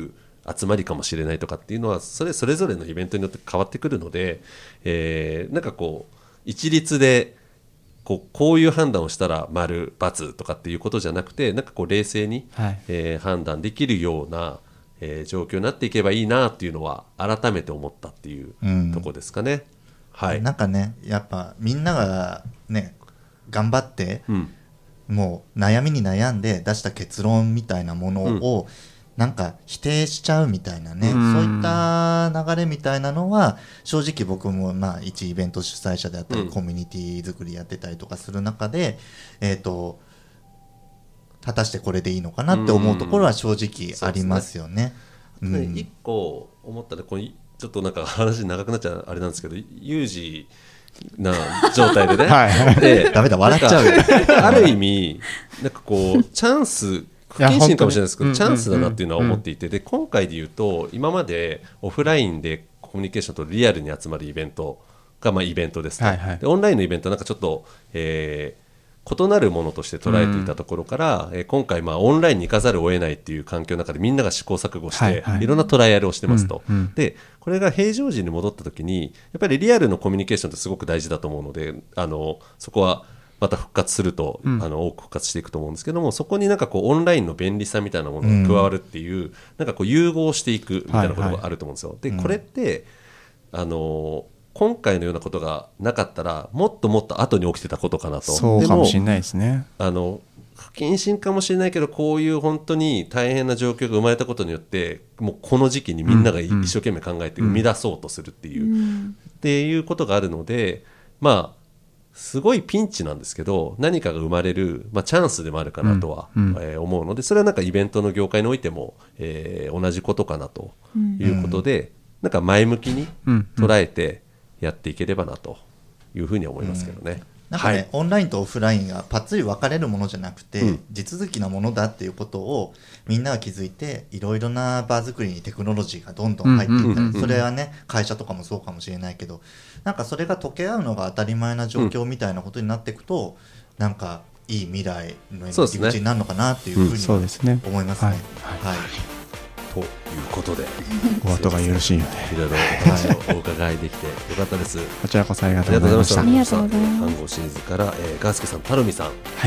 集まりかもしれないとかっていうのはそれそれぞれのイベントによって変わってくるので、えー、なんかこう一律でこう、こういう判断をしたら丸×とかっていうことじゃなくて、なんかこう冷静に、はいえー、判断できるような、えー、状況になっていけばいいなっていうのは改めて思ったっていうところですかね、うんはい、
なんかねやっぱみんながね頑張って、うん、もう悩みに悩んで出した結論みたいなものを、うんなんか否定しちゃうみたいなね、うん、そういった流れみたいなのは正直僕もまあ一イベント主催者であったり、うん、コミュニティ作りやってたりとかする中で、えーと、果たしてこれでいいのかなって思うところは正直ありますよね。
うんうん、一個思ったらこれちょっとなんか話長くなっちゃうあれなんですけど有事な状態でね、はい、で
ダメだ笑っちゃうよ
ある意味なんかこうチャンス不謹慎かもしれないですけどチャンスだなっていうのは思っていて、で今回で言うと今までオフラインでコミュニケーションとリアルに集まるイベントがまあイベントですと、はいはい、でオンラインのイベントはなんかちょっと、えー、異なるものとして捉えていたところから、えー、今回まあオンラインに行かざるを得ないっていう環境の中でみんなが試行錯誤して、はいはい、いろんなトライアルをしてますと、うんうん、でこれが平常時に戻った時にやっぱりリアルのコミュニケーションってすごく大事だと思うのであのそこはまた復活すると、うん、あの多く復活していくと思うんですけどもそこになんかこうオンラインの便利さみたいなものが加わるっていう、うん、なんかこう融合していくみたいなことがあると思うんですよ、はいはい、でこれって、うん、あの今回のようなことがなかったらもっともっと後に起きてたことかなと。
そうかもしれないですね。
あの不謹慎かもしれないけどこういう本当に大変な状況が生まれたことによってもうこの時期にみんなが一生懸命考えて生み出そうとするっていう、うん、っていうことがあるのでまあすごいピンチなんですけど何かが生まれる、まあ、チャンスでもあるかなとは、うんえー、思うのでそれはなんかイベントの業界においても、えー、同じことかなということで、うん、なんか前向きに捉えてやっていければなというふうに思いますけどね、うん
なんかねはい、オンラインとオフラインがパッツリ分かれるものじゃなくて、うん、地続きなものだっていうことをみんなが気づいていろいろな場作りにテクノロジーがどんどん入っていったり、それはね会社とかもそうかもしれないけどなんかそれが溶け合うのが当たり前な状況みたいなことになっていくと、うん、なんかいい未来の入り口になるのかなっていうふうに思いますね。
ということで
お後がよろしいよね。
いろいろお話をお伺いできてよかったです。
こちらこそありがとうございました。
ありがとうございます。
看護シリーズから、えー、ガースケさん、タルミさん、
はい、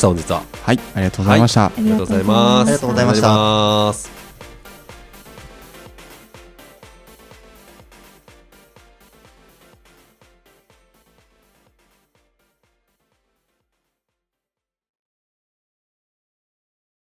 ありがとうございました。本日は
はい、ありがとうございました。
ありがとうございます。
ありがとうございました。